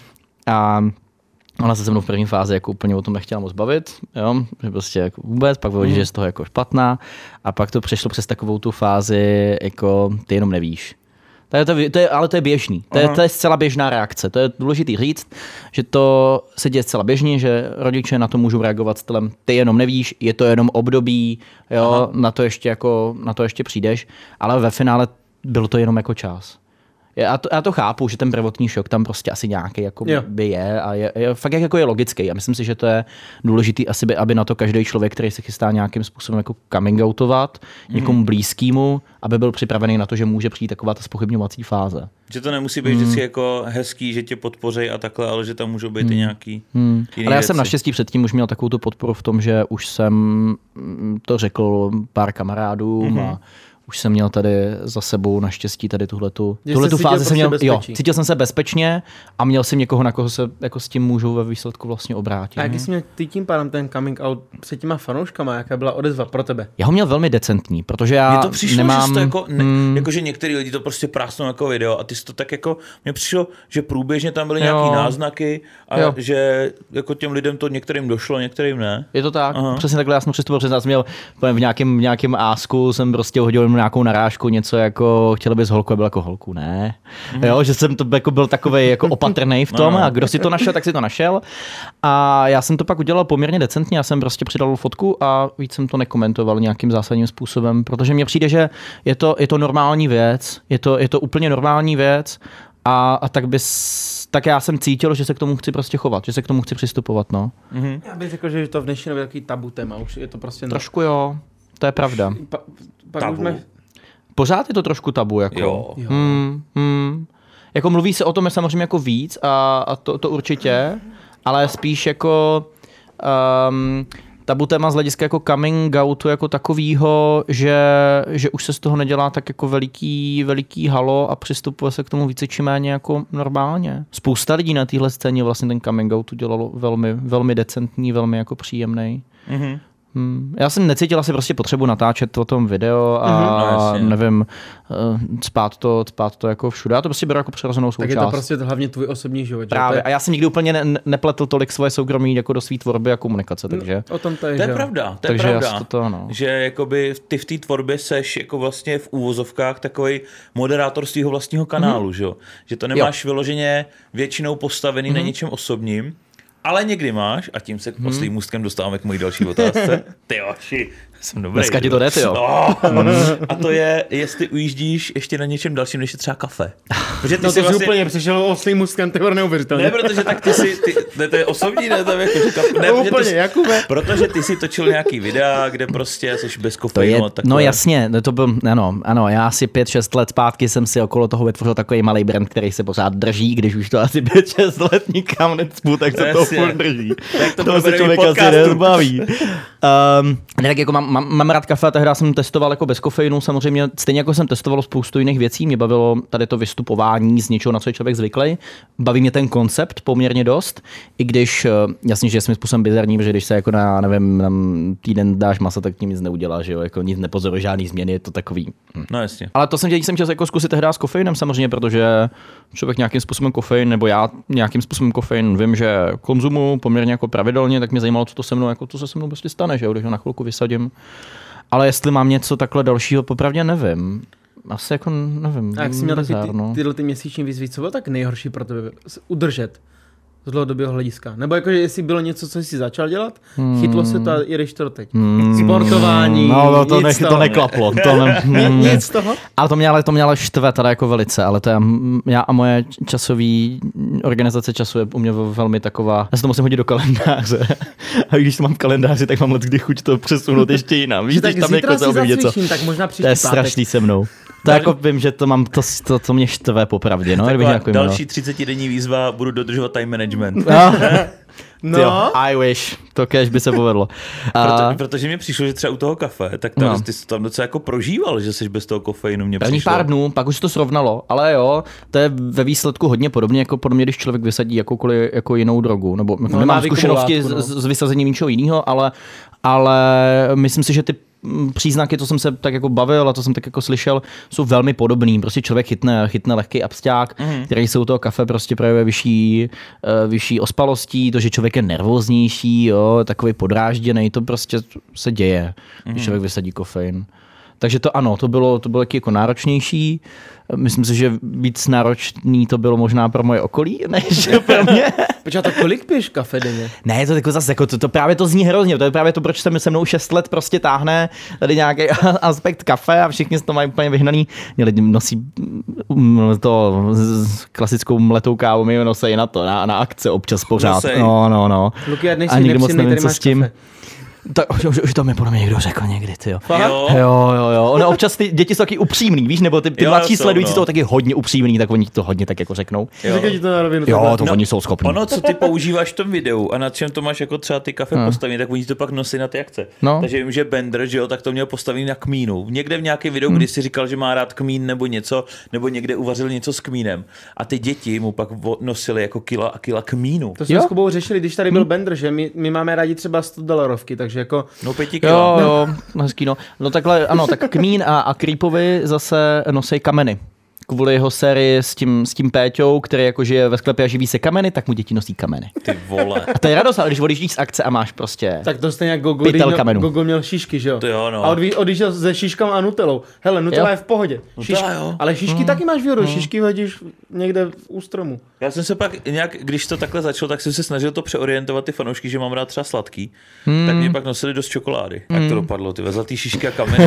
a ona se se mnou v první fázi jako úplně o tom nechtěla moc bavit, jo? Že prostě jako vůbec, pak vyhodí, mm. že je z toho jako špatná a pak to přešlo přes takovou tu fázi, jako ty jenom nevíš. To je, to, to je, ale to je běžný, to je, to je zcela běžná reakce, to je důležitý říct, že to se děje zcela běžně, že rodiče na to můžou reagovat stylem, ty jenom nevíš, je to jenom období, jo? Na to ještě jako, na to ještě přijdeš, ale ve finále bylo to jenom jako čas. Já to, já to chápu, že ten prvotní šok tam prostě asi nějaký jako by je a je, je fakt jako je logický. A myslím si, že to je důležitý asi, by, aby na to každý člověk, který se chystá nějakým způsobem jako coming outovat mm. někomu blízkému, aby byl připravený na to, že může přijít taková ta zpochybňovací fáze. Že to nemusí být mm. vždycky jako hezký, že tě podpoří a takhle, ale že tam můžou být mm. i nějaký mm. jiný Ale já věci. Jsem naštěstí předtím už měl takovou tu podporu v tom, že už jsem to řekl pár kamarádům mm. a už jsem měl tady za sebou naštěstí tady tuhletu, tuhletu fázi jsem měl, jo, cítil jsem se bezpečně a měl jsem někoho, na koho se jako s tím můžou ve výsledku vlastně obrátit. A jak jsi měl ty tím pádem ten coming out před těma fanouškama, jaká byla odezva pro tebe? Já ho měl velmi decentní, protože já mně to přišlo, nemám... že to jako, ne, hmm. jako, že některý lidi to prostě prásnou jako video a ty jsi to tak jako, mně přišlo, že průběžně tam byly nějaký jo. náznaky a jo. že jako těm lidem to některým došlo, některým ne. Je to tak, aha. Přesně takhle já jsem přistupoval, přesně já jsem měl v nějakém, v nějakém ásku jsem prostě hodil nějakou narážku, něco jako chtěl bys holku a byl jako holku, ne. Mm. Jo, že jsem to jako byl takovej jako opatrnej v tom no, no. a kdo si to našel, tak si to našel. A já jsem to pak udělal poměrně decentně, já jsem prostě přidal fotku a víc jsem to nekomentoval nějakým zásadním způsobem, protože mně přijde, že je to, je to normální věc, je to, je to úplně normální věc a, a tak bys tak já jsem cítil, že se k tomu chci prostě chovat, že se k tomu chci přistupovat, no. Mm-hmm. Já bych řekl, že to v dnešní době je takový tabu téma, už je to prostě... Trošku jo, to je pravda. Pa, pak tabu. Už jsme... Pořád je to trošku tabu, jako. Jo. Hmm, hmm. Jako mluví se o tom samozřejmě jako víc a, a to, to určitě, ale spíš jako um, tabu téma z hlediska jako coming outu jako takovýho, že, že už se z toho nedělá tak jako veliký, veliký halo a přistupuje se k tomu více či méně jako normálně. Spousta lidí na téhle scéně vlastně ten coming out udělalo velmi, velmi decentní, velmi jako příjemný. Mm-hmm. Hmm. Já jsem necítil asi prostě potřebu natáčet o tom video a mm-hmm. nevím, spát to, spát to jako všude. Já to prostě beru jako přirozenou součást. Tak je to prostě hlavně tvůj osobní život. Právě. Je... A já jsem nikdy úplně ne, nepletl tolik svoje soukromí jako do své tvorby a komunikace, takže... No, o tom to je, to je pravda, to je takže pravda. To to, no. Že jakoby ty v té tvorbě seš jako vlastně v úvozovkách takovej moderátor svého vlastního kanálu, mm-hmm. že jo? Že to nemáš jo. vyloženě většinou postavený mm-hmm. na něčem osobním, ale někdy máš, a tím se hmm. oslým můstkem dostáváme k mojí další otázce. Ty oči. Jsem dobrý. Dneska ti to jde, ty jo. No. A to je, jestli ujíždíš ještě na něčem dalším, než je třeba kafe. Protože ty no to vlastně... úplně přišel oslým muskem, to je neuvěřitelné. Ne, protože tak ty si, ty, ne, to je osobní, ne, to je jako říkám, ne, no, úplně, ty, Jakube. Protože ty si točil nějaký videa, kde prostě jsi bez kofeinu. Je, no jasně, to byl, ano, ano, já asi pět šest let zpátky jsem si okolo toho vytvořil takový malý brand, který se pořád drží, když už to asi pět šest let nikam necpu, tak se to furt drží. Tak to, to se člověk asi nezbaví. Um, ne, tak jako mám, mám, mám rád kafe a tehdy jsem testoval jako bez kofeinu, samozřejmě stejně jako jsem testoval spoustu jiných věcí, mě bavilo tady to vystupování z něčeho, na co je člověk zvyklý. Baví mě ten koncept poměrně dost, i když jasně, že je svým způsobem bizarní, protože když se jako na, nevím, na týden dáš maso, tak tím nic neuděláš, že jo, jako nic nepozoruje, žádný změny, je to takový. Hm. No jasně. Ale to jsem, jsem chtěl jako zkusit tehdy s kofeinem samozřejmě, protože člověk nějakým způsobem kofein, nebo já nějakým způsobem kofein vím, že konzumu poměrně jako pravidelně, tak mě zajímalo, co to se mnou, jako to se se mnou prostě stane, že jo, když ho na chvilku vysadím. Ale jestli mám něco takhle dalšího, popravdě nevím. Asi jako nevím. A jak jsi měl taky ty, tyhle ty měsíční výzvy, co bylo tak nejhorší pro tebe udržet z dlouhodobého hlediska? Nebo jakože jestli bylo něco, co jsi začal dělat, hmm. chytlo se to a jedeš to teď. Hmm. Sportování, no, no to, ne, to neklaplo. To ne, hmm. Nic z toho? Ale to mě ale, to mě ale štve teda jako velice, ale to je, já a moje časový organizace času je u mě velmi taková, já se to musím hodit do kalendáře. A když to mám v kalendáři, tak mám let kdy chuť to přesunout ještě jinam. Víš, tak tam zítra si zacvičím, tak možná příští pátek. To je strašný se mnou. To jako vím, že to mám, to, to, to mě štve popravdě. No, jako další třicetidenní výzva, budu dodržovat time management. No, no. Tyjo, I wish, to kež by se povedlo. Proto, uh, protože mi přišlo, že třeba u toho kafe, tak tam, no. ty jsi tam docela jako prožíval, že jsi bez toho kofeinu, mě První přišlo. Pár dnů, pak už to srovnalo, ale jo, to je ve výsledku hodně podobně, jako podobně, když člověk vysadí jakoukoliv jako jinou drogu, nebo no, nemám zkušenosti látku, no. s, s vysazením něčeho jiného, ale, ale myslím si, že ty příznaky, to jsem se tak jako bavil a to jsem tak jako slyšel, jsou velmi podobný. Prostě člověk chytne, chytne lehký absťák, mm. který se u toho kafe prostě projevuje vyšší, uh, vyšší ospalostí, to, že člověk je nervóznější, jo, takový podrážděný, to prostě se děje, mm. když člověk vysadí kofein. Takže to ano, to bylo, to bylo jako náročnější. Myslím si, že víc náročný to bylo možná pro moje okolí, než pro mě. Počkej, to kolik piješ kafe denně? Ne, to jako zase, jako to, to právě to zní hrozně, to je právě to, proč se mnou šest let prostě táhne tady nějaký aspekt kafe a všichni to mají úplně vyhnaný. Lidi nosí to klasickou mletou kávu, my nosí na to, na, na akce občas pořád. Nosej. No, no, no. Luky, a nikdy moc nevím, co s tím. Kafe. To, už, už to mi podle mě někdo řekl někdy, ty jo. Jo, jo, jo. Ono občas ty děti jsou taky upřímný, víš, nebo ty, ty jo, mladší jsou, sledující no. jsou taky hodně upřímný, tak oni to hodně tak jako řeknou. Jo, to, na rovinu, jo to no, oni jsou schopní. Ono, co ty používáš v tom videu a na čem to máš jako třeba ty kafe no. postavený, tak oni to pak nosí na ty akce. No. Takže vím, že Bender, že jo, tak to měl postavený na kmínu. Někde v nějakém videu, hmm. kdy si říkal, že má rád kmín nebo něco, nebo někde uvařil něco s kmínem. A ty děti mu pak nosili jako kila a kila kmínu. To jsme s Kubou řešili, když tady byl hmm. Bender, že my, my máme rádi třeba sto dolarovky, takže jako no, Jo, jo, hezký, no. No takhle, ano, tak Kmín a, a Creepovi zase nosej kameny. Kvůli jeho sérii s tím, s tím Péťou, který jako žije ve sklepě a živí se kameny, tak mu děti nosí kameny. Ty vole. A to je radost, ale když odjíždíš z akce a máš prostě tak to stejně jak Gogo, pytel kamenů. Gogo měl šišky, že jo? To jo, no. A odví, odjížděl se šiškama a nutelou. Hele, nutela jo. je v pohodě. Šišky, jo. Ale šišky hmm. taky máš výhodu, hmm. šišky hodíš někde u stromu. Já jsem se pak nějak, když to takhle začalo, tak jsem se snažil to přeorientovat ty fanoušky, že mám rád třeba sladký. Hmm. Tak mě pak nosili dost čokolády. Hmm. Jak to dopadlo, ty zlatý šišky a kameny.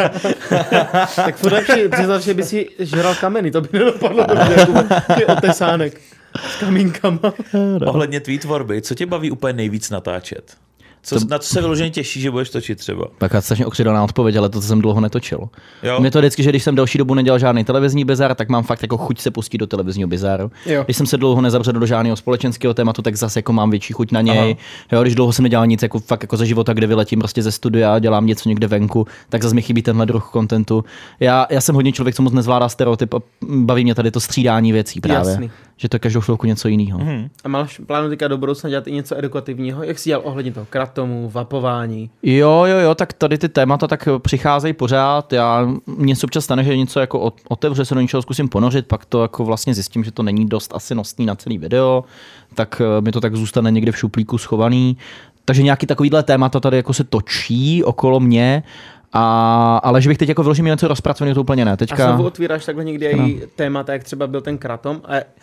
Tak furt lepší přiznat, že by si žral kameny, to by nedopadlo. Takový otesánek s kamínkama. Ohledně tvý tvorby, co tě baví úplně nejvíc natáčet? Co, to... Na co se vyloženě těší, že budeš točit třeba? Tak já strašně okřidelná odpověď, ale to jsem dlouho netočil. Jo? Mě to vždycky, že když jsem delší dobu nedělal žádný televizní bizar, tak mám fakt jako chuť se pustit do televizního bizaru. Jo. Když jsem se dlouho nezavřel do žádného společenského tématu, tak zase jako mám větší chuť na něj. Jo, když dlouho jsem nedělal nic jako fakt jako ze života, kde vyletím prostě ze studia, dělám něco někde venku, tak zase mi chybí tenhle druh kontentu. Já, já jsem hodně člověk, co moc nezvládá stereotyp a baví mě tady to střídání věcí právě. Jasný. Že to každou chvilku něco jiného. Mm. A máš plánu teďka do budoucna dělat i něco edukativního? Jak jsi dělal ohledně toho kratomu, vapování? Jo, jo, jo, tak tady ty témata tak přicházejí pořád. Já mně se občas stane, že něco jako otevře, se do něčeho zkusím ponořit, pak to jako vlastně zjistím, že to není dost asi nosný na celý video, tak mi to tak zůstane někde v šuplíku schovaný. Takže nějaký takovýhle témata tady jako se točí okolo mě. A, ale že bych teď jako vyložil něco rozpracovaný, to úplně ne. Teďka... A znovu otvíráš takhle někdy i témata, jak třeba byl ten kratom. A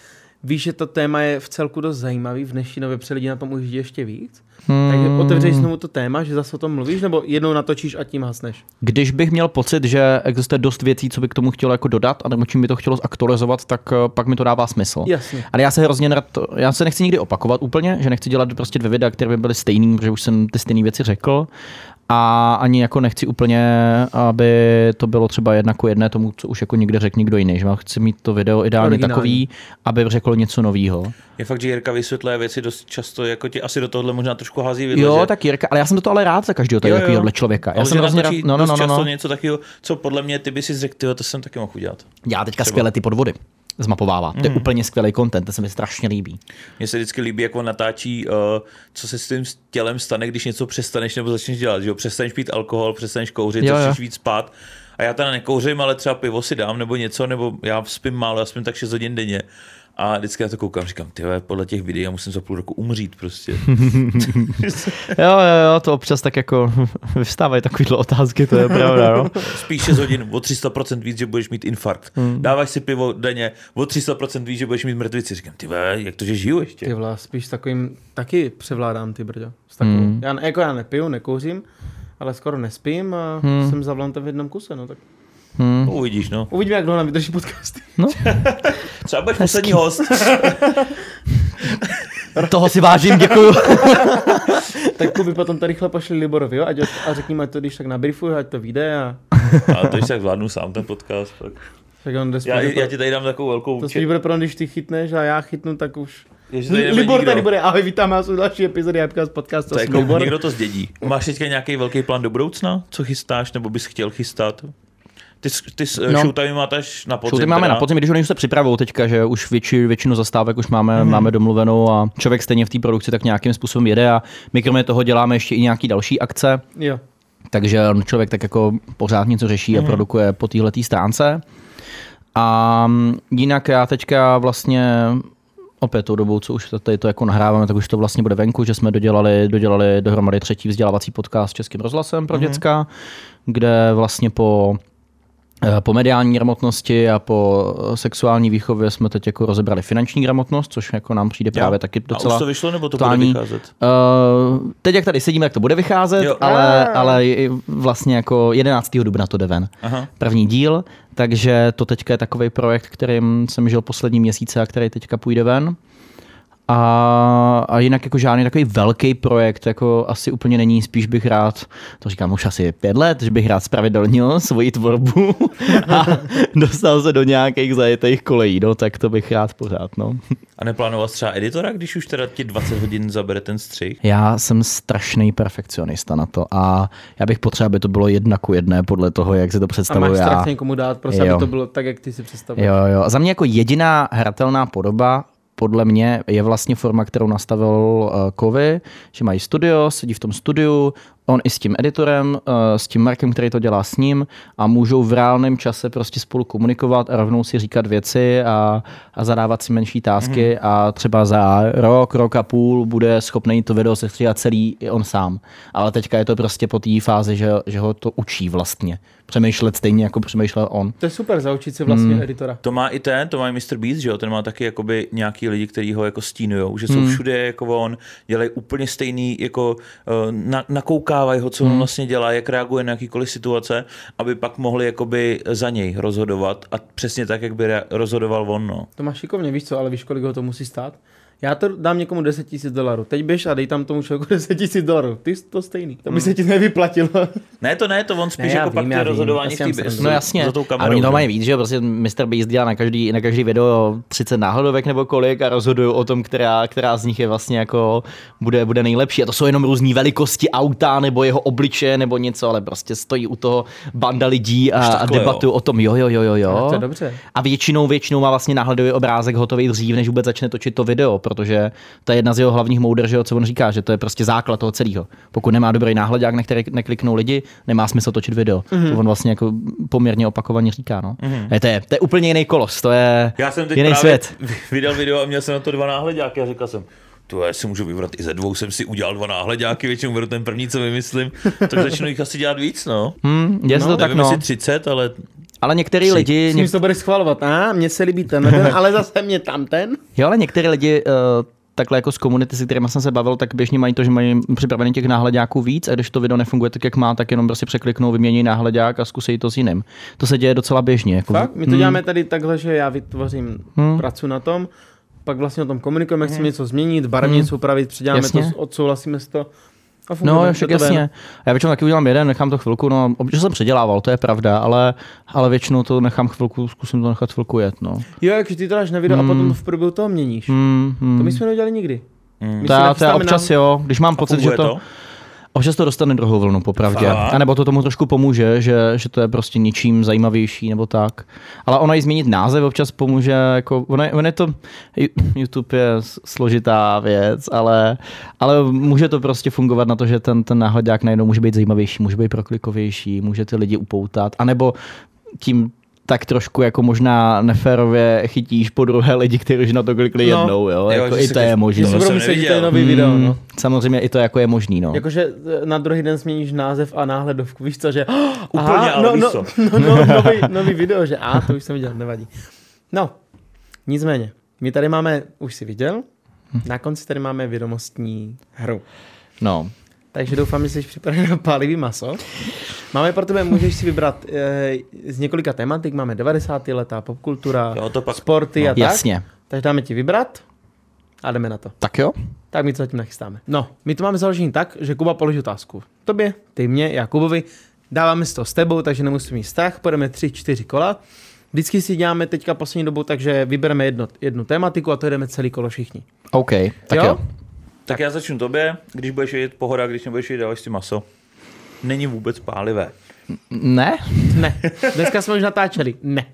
víš, že to téma je v celku dost zajímavý, v dnešní době před lidi na tom ujíždí ještě víc. Hmm. Takže otevřeš znovu to téma, že zase o tom mluvíš, nebo jednou natočíš a tím hasneš? Když bych měl pocit, že existuje dost věcí, co by k tomu chtělo jako dodat, a nebo čím by to chtělo zaktualizovat, tak pak mi to dává smysl. Jasně. Ale já se hrozně nerad, já se nechci nikdy opakovat úplně, že nechci dělat prostě dvě videa, které by byly stejný, protože už jsem ty stejné věci řekl. A ani jako nechci úplně, aby to bylo třeba jedna ku jedné tomu, co už jako někde řekl někdo jiný. Že chci mít to video ideálně originální, takový, aby řeklo něco novýho. Je fakt, že Jirka vysvětluje věci dost často, jako ti asi do tohohle možná trošku hází vidle. Jo, že... tak Jirka, ale já jsem to ale rád za každého takového člověka. Já ale jsem hrozně rád, no, no, no, no, no. něco takového, co podle mě ty by si řekl, tyjo, to jsem taky mohl udělat. Já teďka skvěle ty podvody zmapovává. Mm. To je Mhm. úplně skvělý content, to se mi strašně líbí. Mně se vždycky líbí, jak on natáčí, uh, co se s tím tělem stane, když něco přestaneš nebo začneš dělat. Že jo? Přestaneš pít alkohol, přestaneš kouřit, jo, začneš jo. víc spát. A já teda nekouřím, ale třeba pivo si dám nebo něco, nebo já spím málo, já spím tak šest hodin denně. A vždycky na to koukám, říkám, ty podle těch videí já musím za půl roku umřít prostě. jo, jo, jo, to občas tak jako vyvstávají takovýhle otázky, to je pravda, no. Spíš šest hodin, o tři sta procent víc, že budeš mít infarkt. Hmm. Dáváš si pivo denně, o tři sta procent víc, že budeš mít mrtvici. Říkám, ty jak to, že žiju ještě? Ty vla, spíš takovým, taky převládám ty brďo. S takovou, hmm. já, jako já nepiju, nekouřím, ale skoro nespím a hmm. jsem za volantem v jednom kuse, no tak. Hmm. Uvidíš, no. Uvidíme, jak dlouho nám vydrží podcasty. No. Třeba budeš poslední host. Toho si vážím, děkuju. Tak Kuby potom to rychle pošli Liborovi, jo? Ať, a řekni mu, ať to když tak nabriefuju, ať to vyjde a... A to když tak zvládnu sám ten podcast. Tak, tak on já, já ti tady dám takovou velkou... To spíš bude pro, když ty chytneš a já chytnu, tak už... Ježi, tady Libor nikdo. Tady bude, ahoj, vítám vás u další epizody Hypecast podcast. To jako Libor. Někdo to zdědí. Máš teďka nějaký velký plán do budoucna? Co chystáš, nebo bys chtěl chystat? Ty, ty no. Showtime máš na podzim. Showtime máme na podzim, když oni už se připravují teďka, že už větši, většinu zastávek už máme, mm-hmm. máme domluvenou a člověk stejně v té produkci tak nějakým způsobem jede a my kromě toho děláme ještě i nějaký další akce. Jo. Takže člověk tak jako pořád něco řeší mm-hmm. a produkuje po téhletý stránce. A jinak já teďka vlastně opět tou dobou, co už tady to jako nahráváme, tak už to vlastně bude venku, že jsme dodělali, dodělali dohromady třetí vzdělávací podcast s Českým rozhlasem pro mm-hmm. děcka, kde vlastně po Po mediální gramotnosti a po sexuální výchově jsme teď jako rozebrali finanční gramotnost, což jako nám přijde právě jo. taky docela... A už to vyšlo, nebo to totální, bude vycházet? Uh, teď, jak tady sedíme, jak to bude vycházet, jo. ale, ale vlastně jako jedenáctého dubna to jde ven. Aha. První díl, takže to teďka je takový projekt, kterým jsem žil poslední měsíce a který teďka půjde ven. A, a jinak jako žádný takový velký projekt jako asi úplně není, spíš bych rád, to říkám už asi pět let, že bych rád spravedlnil svoji tvorbu a dostal se do nějakých zajetých kolejí, no tak to bych rád pořád, no. A neplánoval třeba editora, když už teda ti dvacet hodin zabere ten střih? Já jsem strašný perfekcionista na to a já bych potřeboval, aby to bylo jedna ku jedné podle toho, jak si to představuji. A máš já. strach někomu dát, prostě, aby to bylo tak, jak ty si představuješ. Jo, jo. A za mě jako jediná hratelná podoba podle mě je vlastně forma, kterou nastavil uh, Kovy, že mají studio, sedí v tom studiu, on i s tím editorem, uh, s tím Markem, který to dělá s ním a můžou v reálném čase prostě spolu komunikovat a rovnou si říkat věci a, a zadávat si menší tásky mm-hmm. a třeba za rok, rok a půl bude schopný to video sestříhat celý i on sám. Ale teďka je to prostě po té fázi, že, že ho to učí vlastně. Přemýšlet stejně, jako přemýšlel on. To je super, zaučit si vlastně hmm. editora. To má i ten, to má i mister Beast, že jo? Ten má taky jakoby nějaký lidi, kteří ho jako stínujou, že jsou hmm. všude jako on, dělají úplně stejný, jako na, nakoukávají ho, co hmm. on vlastně dělá, jak reaguje na jakýkoliv situace, aby pak mohli jakoby za něj rozhodovat a přesně tak, jak by rozhodoval on, no. To máš šikovně, víš co, ale víš, kolik ho to musí stát? Já to dám někomu deset tisíc dolarů. Teď běž a dej tam tomu člověku deset tisíc dolarů. Ty to stejný. To by se ti nevyplatilo. Ne, to ne, to on spíš ne, jako vím, pak ty rozhodování v té No jasně, a oni to mají víc, že prostě mister Beast dělá na každý, na každý video třicet náhledovek nebo kolik a rozhodují o tom, která, která z nich je vlastně jako bude, bude nejlepší. A to jsou jenom různý velikosti auta nebo jeho obličeje nebo něco, ale prostě stojí u toho banda lidí a, a debatují o tom, jo, jo, jo, jo, jo. To je dobře. A většinou, většinou má vlastně náhledový obrázek hotový dřív, než vůbec začne točit to video, protože to je jedna z jeho hlavních mouder, že jo, co on říká, že to je prostě základ toho celého. Pokud nemá dobrý náhledák, na který nekliknou lidi, nemá smysl točit video. Mm-hmm. To on vlastně jako poměrně opakovaně říká, no. Mm-hmm. To je, to je úplně jiný kolos, to je Já jsem teď jiný svět. Vydal video a měl jsem na to dva náhledáky a říkal jsem, to já si můžu vybrat i ze dvou, jsem si udělal dva náhledáky, většinou beru ten první, co vymyslím, tak začnu jich asi dělat víc, no. Hmm, je no, to tak, no. si třicet, ale... Ale některý Tři. lidi... S ním to bude schvalovat, a mně se líbí ten, ten, ale zase mě tam ten. Jo, ale některý lidi... Uh, takhle jako z komunity, se kterými jsem se bavil, tak běžně mají to, že mají připravený těch náhledáků víc a když to video nefunguje tak, jak má, tak jenom prostě překliknou, vymění náhledák a zkusí to s jiným. To se děje docela běžně. Jako... Fakt? My to děláme tady takhle, že já vytvořím, hmm. pracuji na tom, pak vlastně o tom komunikujeme, jak chceme hmm. něco změnit, barevně něco upravit, předěláme Jasně. to, odsouhlasíme si to. A no, však jasně. A já většinou taky udělám jeden, nechám to chvilku, no, občas jsem předělával, to je pravda, ale, ale většinou to nechám chvilku, zkusím to nechat chvilku jet, no. Jo, jakže ty to dáš na video hmm. a potom to v průběhu toho měníš. Hmm. Hmm. To my jsme neudělali nikdy. Hmm. To já občas na... jo, když mám pocit, že to... to? Občas to dostane druhou vlnu, popravdě. A nebo to tomu trošku pomůže, že, že to je prostě ničím zajímavější nebo tak. Ale ono i změnit název občas pomůže, jako, ono, je, ono je to, YouTube je složitá věc, ale, ale může to prostě fungovat na to, že ten, ten náhledák najednou může být zajímavější, může být proklikovější, může ty lidi upoutat, anebo tím tak trošku jako možná neférově chytíš po druhé lidi, kteří už na to klikli no. jednou, jo, jo jako i to je možné. Si budou myslet, že to je nový video, mm, no. Samozřejmě i to jako je možný, no. Jakože na druhý den změníš název a náhledovku, víš co, že oh, úplně, aha, ale no, víš no, co. no, no, nový, nový video, že a to už jsem viděl, nevadí. No, nicméně, my tady máme, už si viděl, na konci tady máme vědomostní hru. No. Takže doufám, že jsi připravený na pálivý maso. Máme pro tebe, můžeš si vybrat e, z několika tematik, máme devadesátá leta, popkultura, jo, to pak, sporty no, a tak. Jasně. Takže dáme ti vybrat a jdeme na to. Tak jo. Tak my to zatím nachystáme. No, my to máme založený tak, že Kuba položí otázku. Tobě, ty mě, já Kubovi, dáváme si to s tebou, takže nemusíme mít vztah, půjdeme tři, čtyři kola. Vždycky si děláme teďka poslední dobu, takže vybereme jedno, jednu tématiku a to jdeme celý kolo všichni. OK, tak jo. jo. Tak já začnu tobě, když budeš vědět pohoda, když nebudeš vědět, dáváš si maso. Není vůbec pálivé. Ne? Ne. Dneska jsme už natáčeli. Ne.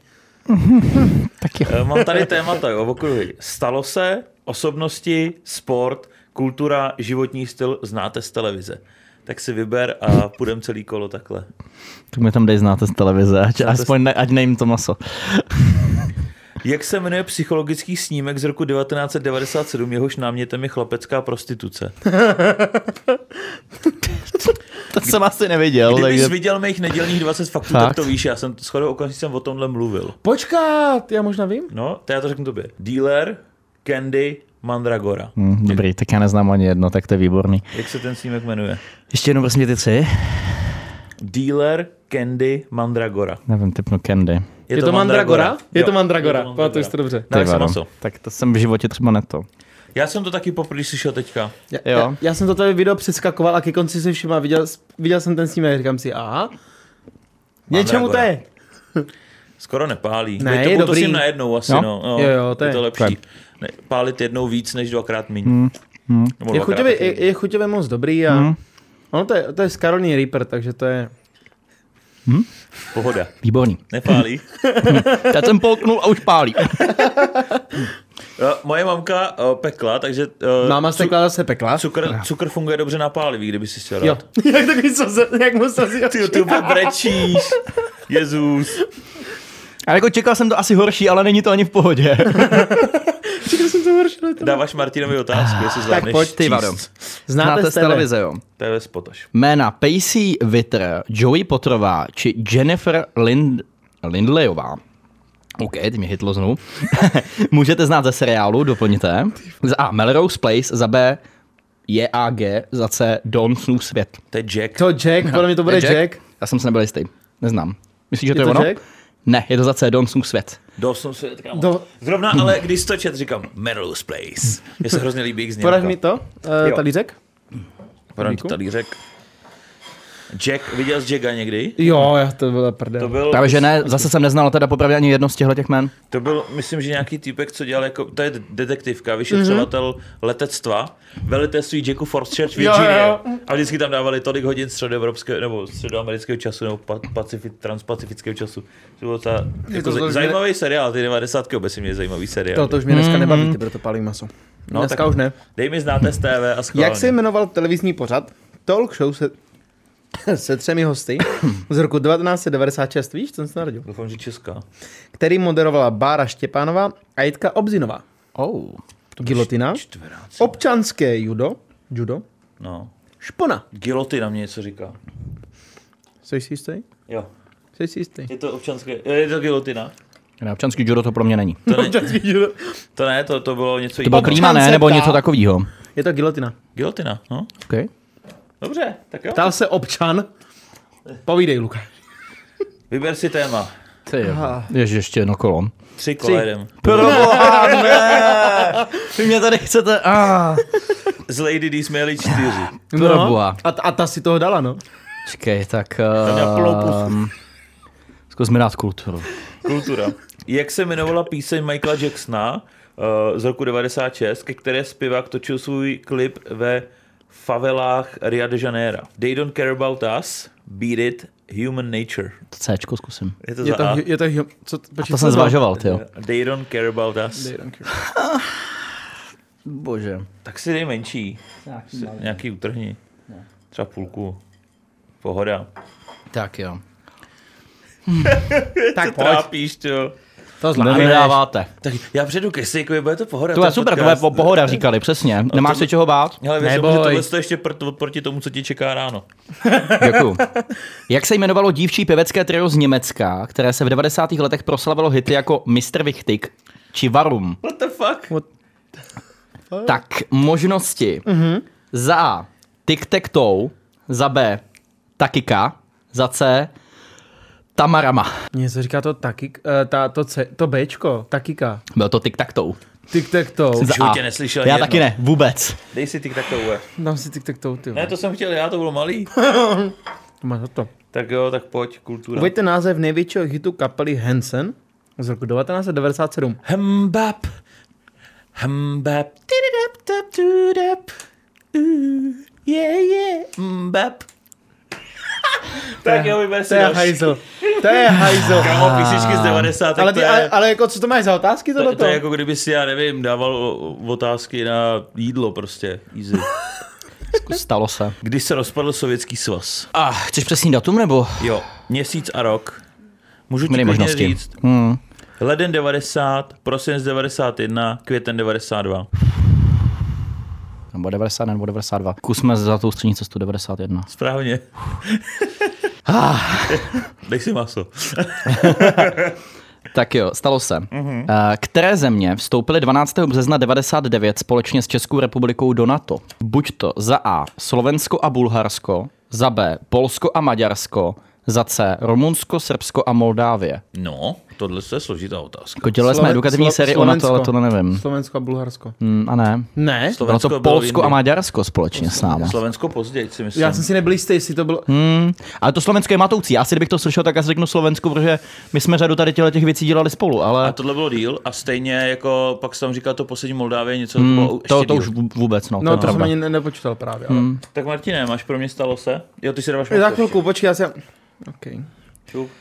Tak jo. Mám tady témata, jo, okruhy. Stalo se, osobnosti, sport, kultura, životní styl, znáte z televize. Tak si vyber a půjdeme celý kolo takhle. Tak mi tam dej znáte z televize, ať, aspoň ne, ať nejím to maso. Jak se jmenuje psychologický snímek z roku devatenáct set devadesát sedm, jehož námětem je chlapecká prostituce? To jsem asi neviděl. Kdybys takže... viděl mých nedělních dvacet faktů, Fakt? tak to víš, já jsem shodou okolností jsem o tomhle mluvil. Počkat, já možná vím. No, to já to řeknu tobě. Dealer, Candy, Mandragora. Hmm, dobrý, tak já neznám ani jedno, tak to je výborný. Jak se ten snímek jmenuje? Ještě jednou prosím ty tři. Dealer, Candy, Mandragora. Nevím, typnu Candy. Je, je to, to Mandragora? Mandragora? Je to Mandragora, pamatuješ to dobře. Daj se maso. Tak to jsem v životě třeba neto. Já jsem to taky poprvé slyšel teďka. Já, já, já jsem to tady video přeskakoval a ke konci si všiml, viděl, viděl jsem ten snímek a říkám si, aha, něčemu to je. Skoro nepálí. Ne, to, je to dobrý. s tím najednou asi, no. no. no. Jo, jo, to je, je to lepší. Ne, pálit jednou víc, než dvakrát míň. Hmm. Hmm. Je, chuťově, je, je chuťově moc dobrý a hmm. ono to je, to je z Caroliny Reaper, takže to je... Hmm? Pohoda. Výborný. Nepálí. Já jsem polknul a už pálí. Moje mamka uh, pekla, takže... Uh, Máma stekla zase pekla. Cukr, cukr funguje dobře na pálivý, kdyby si chtěl rád. Jo, jak takový soze, jak mu sazí. Ty tu brečíš. Jezus. Ale jako čekal jsem to asi horší, ale není to ani v pohodě. Čekal jsem to horší. To dáváš Martinovi otázku, jestli zvládneš. Tak pojď, ty Vado. Znáte z televize, jo? To je spotaž. Jména Pacey Witter, Joey Potterová či Jennifer Lind- Lindleyová. OK, ty mě hitlo znovu. Můžete znát ze seriálu, doplňte. Za A. Melrose Place, za B. J A G, za C. Dawn snů svět. To je Jack. To Jack, podle mě to bude Jack. Jack. Já jsem se nebyl jistý, neznám. Myslíš, že to je, je to ono? Jack? Ne, je to za C. Dawn snů svět. Dawn snů svět, kámo. Do... Zrovna, ale když to čet, říkám Melrose Place. Mně se hrozně líbí jich zněmka. Podaž mi to, uh, talířek? Podám ti talířek. Jack, viděl jsi Jacka někdy? Jo, já to byla prdel. To byl, právě že ne, zase jsem neznal teda popravdě ani jedno z těchto těch jmen. To byl, myslím, že nějaký týpek, co dělal jako, to je detektivka, vyšetřovatel mm-hmm. letectva, velitelství Jacku Force Virginie. A vždycky tam dávali tolik hodin středoevropského, nebo středoamerického času, nebo pacifi, transpacifického času. To byl ta, jako to, zajímavý mě... seriál, ty devadesátky obecně mě zajímavý seriál. To, to už mě dneska mm-hmm. nebaví, ty proto pálí maso. No, dneska už ne. Dej mi znáte z T V a schválně. Jak se jmenoval televizní pořad? Talk show se... se třemi hosty z roku devatenáct set devadesát šest, víš, co jsem se narodil? Doufám, že česká. Který moderovala Bára Štěpánová a Jitka Obzinová. Oh. Gilotina, občanské judo, judo, no. špona. Gilotina mě něco říká. Jsi si jistý? Jo. Jsi si jistý? Je to občanské, je to gilotina. Ne, občanský judo to pro mě není. To, ne, Občanský judo. to ne, to, to bylo něco To bylo jiného. klíma, ne? Nebo ptá. něco takového. Je to gilotina. Gilotina, no. Okay. Dobře, tak jo. Ptal se občan. Povídej, Lukáš. Vyber si téma. Ty jo. Ježi, ještě jedno kolo. Tři kola jedem. Proboha, ne! Vy mě tady chcete... Ah. Z Lady D jsme jeli čtyři. Proboha. A, a ta si toho dala, no. Čekej, tak... měla plnou Uh, zkus mi dát kulturu. Kultura. Jak se jmenovala píseň Michaela Jacksona uh, z roku devadesát šest, ke které zpěvák točil svůj klip ve favelách Rio de Janeiro? They Don't Care About Us, Beat It, Human Nature. To Cčko zkusím. Je to Je za to, A? je to, co, počkej, To jsem zvažoval, tyjo. They Don't Care About Us. Bože. Tak si dej menší. Si nějaký utrhni. Třeba půlku. Pohoda. Tak jo. Tak Se pojď. trápíš, jo. To zvládneš. Nevydáváte. Tak já přijdu ke Sejkovi, bude to pohoda. To je ten super, to podcast. je po- pohoda, říkali, přesně. Nemáš se čeho bát? Hele, věřím, Neboj. že tohle je ještě pr- proti tomu, co ti čeká ráno. Děkuju. Jak se jmenovalo dívčí pěvecké trio z Německa, které se v devadesátých letech proslavilo hity jako mister Wichtig či Varum? What the fuck? Tak možnosti. Mm-hmm. Za A. Tic-tac-toe. Za B. Takika. Za C. Tamarama. Mně se říká to taky, uh, ta, to, C, to Bčko, takika. Byl to tic-tac-toe. Tic-tac-toe. Za životě A. neslyšel Já jedno. taky ne, vůbec. Dej si ty takové. Dám si tic-tac-toe, ty. Ne, to jsem chtěl já, to bylo malý. To má za to. Tak jo, tak pojď, kultura. Uveďte název největšího hitu kapely Hanson z roku devatenáct set devadesát sedm. Hmbap. Hmbap. Tididap, tap, tudap. Uh, Yeah, yeah. Mbap. Tak jo, vyber si To je další. hajzl. To je hajzl. Kámo, písničky z devadesátých, Ale, to ty, je... ale, ale jako, co to máš za otázky To, tohleto? to je jako kdyby si, já nevím, dával o- otázky na jídlo prostě. Easy. Stalo se. Kdy se rozpadl Sovětský svaz? A chceš přesný datum, nebo? Jo, měsíc a rok. Můžu ti Měli klidně možnosti. říct. Hmm. Leden devadesát, prosinec devadesát jedna, květen devadesát dva. Nebo devadesát nebo devadesát dva. Kusme za tou střední cestu devadesát jedna. Správně. Dej si maso. Tak jo, stalo se. Mm-hmm. Které země vstoupily dvanáctého března devadesát devět společně s Českou republikou do NATO? Buď to za A. Slovensko a Bulharsko, za B. Polsko a Maďarsko, za C. Rumunsko, Srbsko a Moldávie. No, tohle je složitá otázka. Jako dělali jsme Sloven- edukativní Slo- sérii o NATO, ale Slovensko. tohle nevím. Slovensko a Bulharsko. Hmm, a ne. Ne? Bylo Slovensko to bylo Polsko jindy. a Maďarsko společně s náma. Slovensko později, si myslím. Já jsem si nebyl jistý, jestli to bylo... Hmm, ale to Slovensko je matoucí. Já si kdybych to slyšel, tak asi řeknu Slovensko, protože my jsme řadu tady těchto těch věcí dělali spolu, ale A tohle bylo díl a stejně jako pak jsem tam říkal to poslední Moldávie něco, hmm, to bylo to, ještě to díl. už vůbec, no, No, to to je jsem pravda. ani ne- nepočítal právě. Ale... Hmm. Tak Martine, máš pro mě stalo se? Jo, ty si dáváš Za maso. chvilku, počkej, já jsem... Okay. Čuk.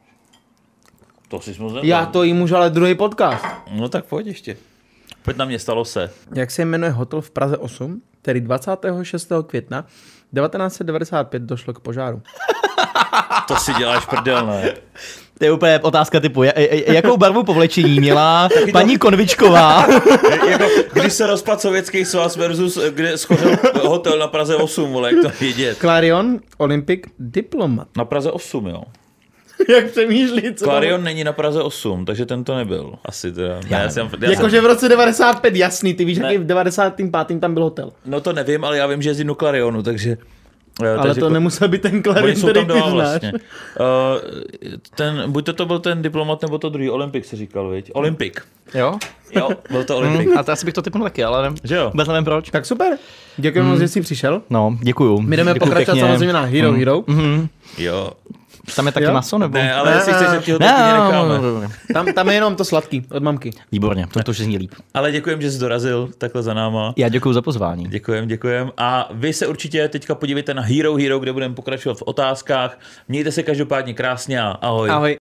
To si moc Já to jim můžu, ale druhý podcast. No tak pojď ještě. Pojď na mě, stalo se. Jak se jmenuje hotel v Praze osm, který dvacátého šestého května devatenáct set devadesát pět došlo k požáru? To si děláš prdel, ne? To je úplně otázka typu, j- j- jakou barvu povlečení měla paní Konvičková? Jako, když se rozpad Sovětský svaz versus kde schořel hotel na Praze osm, vole, jak to vědět. Clarion, Olympic, Diplomat. Na Praze osm, jo. Jak přemýšlí, co Clarion není na Praze osm, takže ten to nebyl. Asi teda. Ne, já jsem, já Jakože jsem, v roce devadesát pět, jasný, ty víš, Ne. jaký v devadesátém pátém tam byl hotel. no to nevím, ale já vím, že jezdím do Clarionu, takže... eh, Ale takže to ko- nemusel být ten Oni Clarion, jsou který tam ty dva znáš. vlastně. Uh, ten, buď to, to byl ten diplomat, nebo to druhý. Olympik se říkal, viď? Olympik. Jo? Jo, byl to Olympik. A to asi bych to typnul taky, ale nevím. Že jo? Vůbec nevím proč. Tak super. Děkuji moc, že jsi přišel. No, děkuju. My jdeme Děkuju pokračovat pěkně. samozřejmě na Hero Hero. Jo. Tam je taky Jo? maso, nebo? Ne, ale Ne, jestli ne, chceš, ne. tak ti ho taky necháme. Tam, tam je jenom to sladký od mamky. Výborně, to, to už zní líp. Ale děkujem, že jsi dorazil takhle za náma. Já děkuju za pozvání. Děkujem, děkujem. A vy se určitě teďka podívejte na Hero Hero, kde budeme pokračovat v otázkách. Mějte se každopádně krásně a ahoj. Ahoj.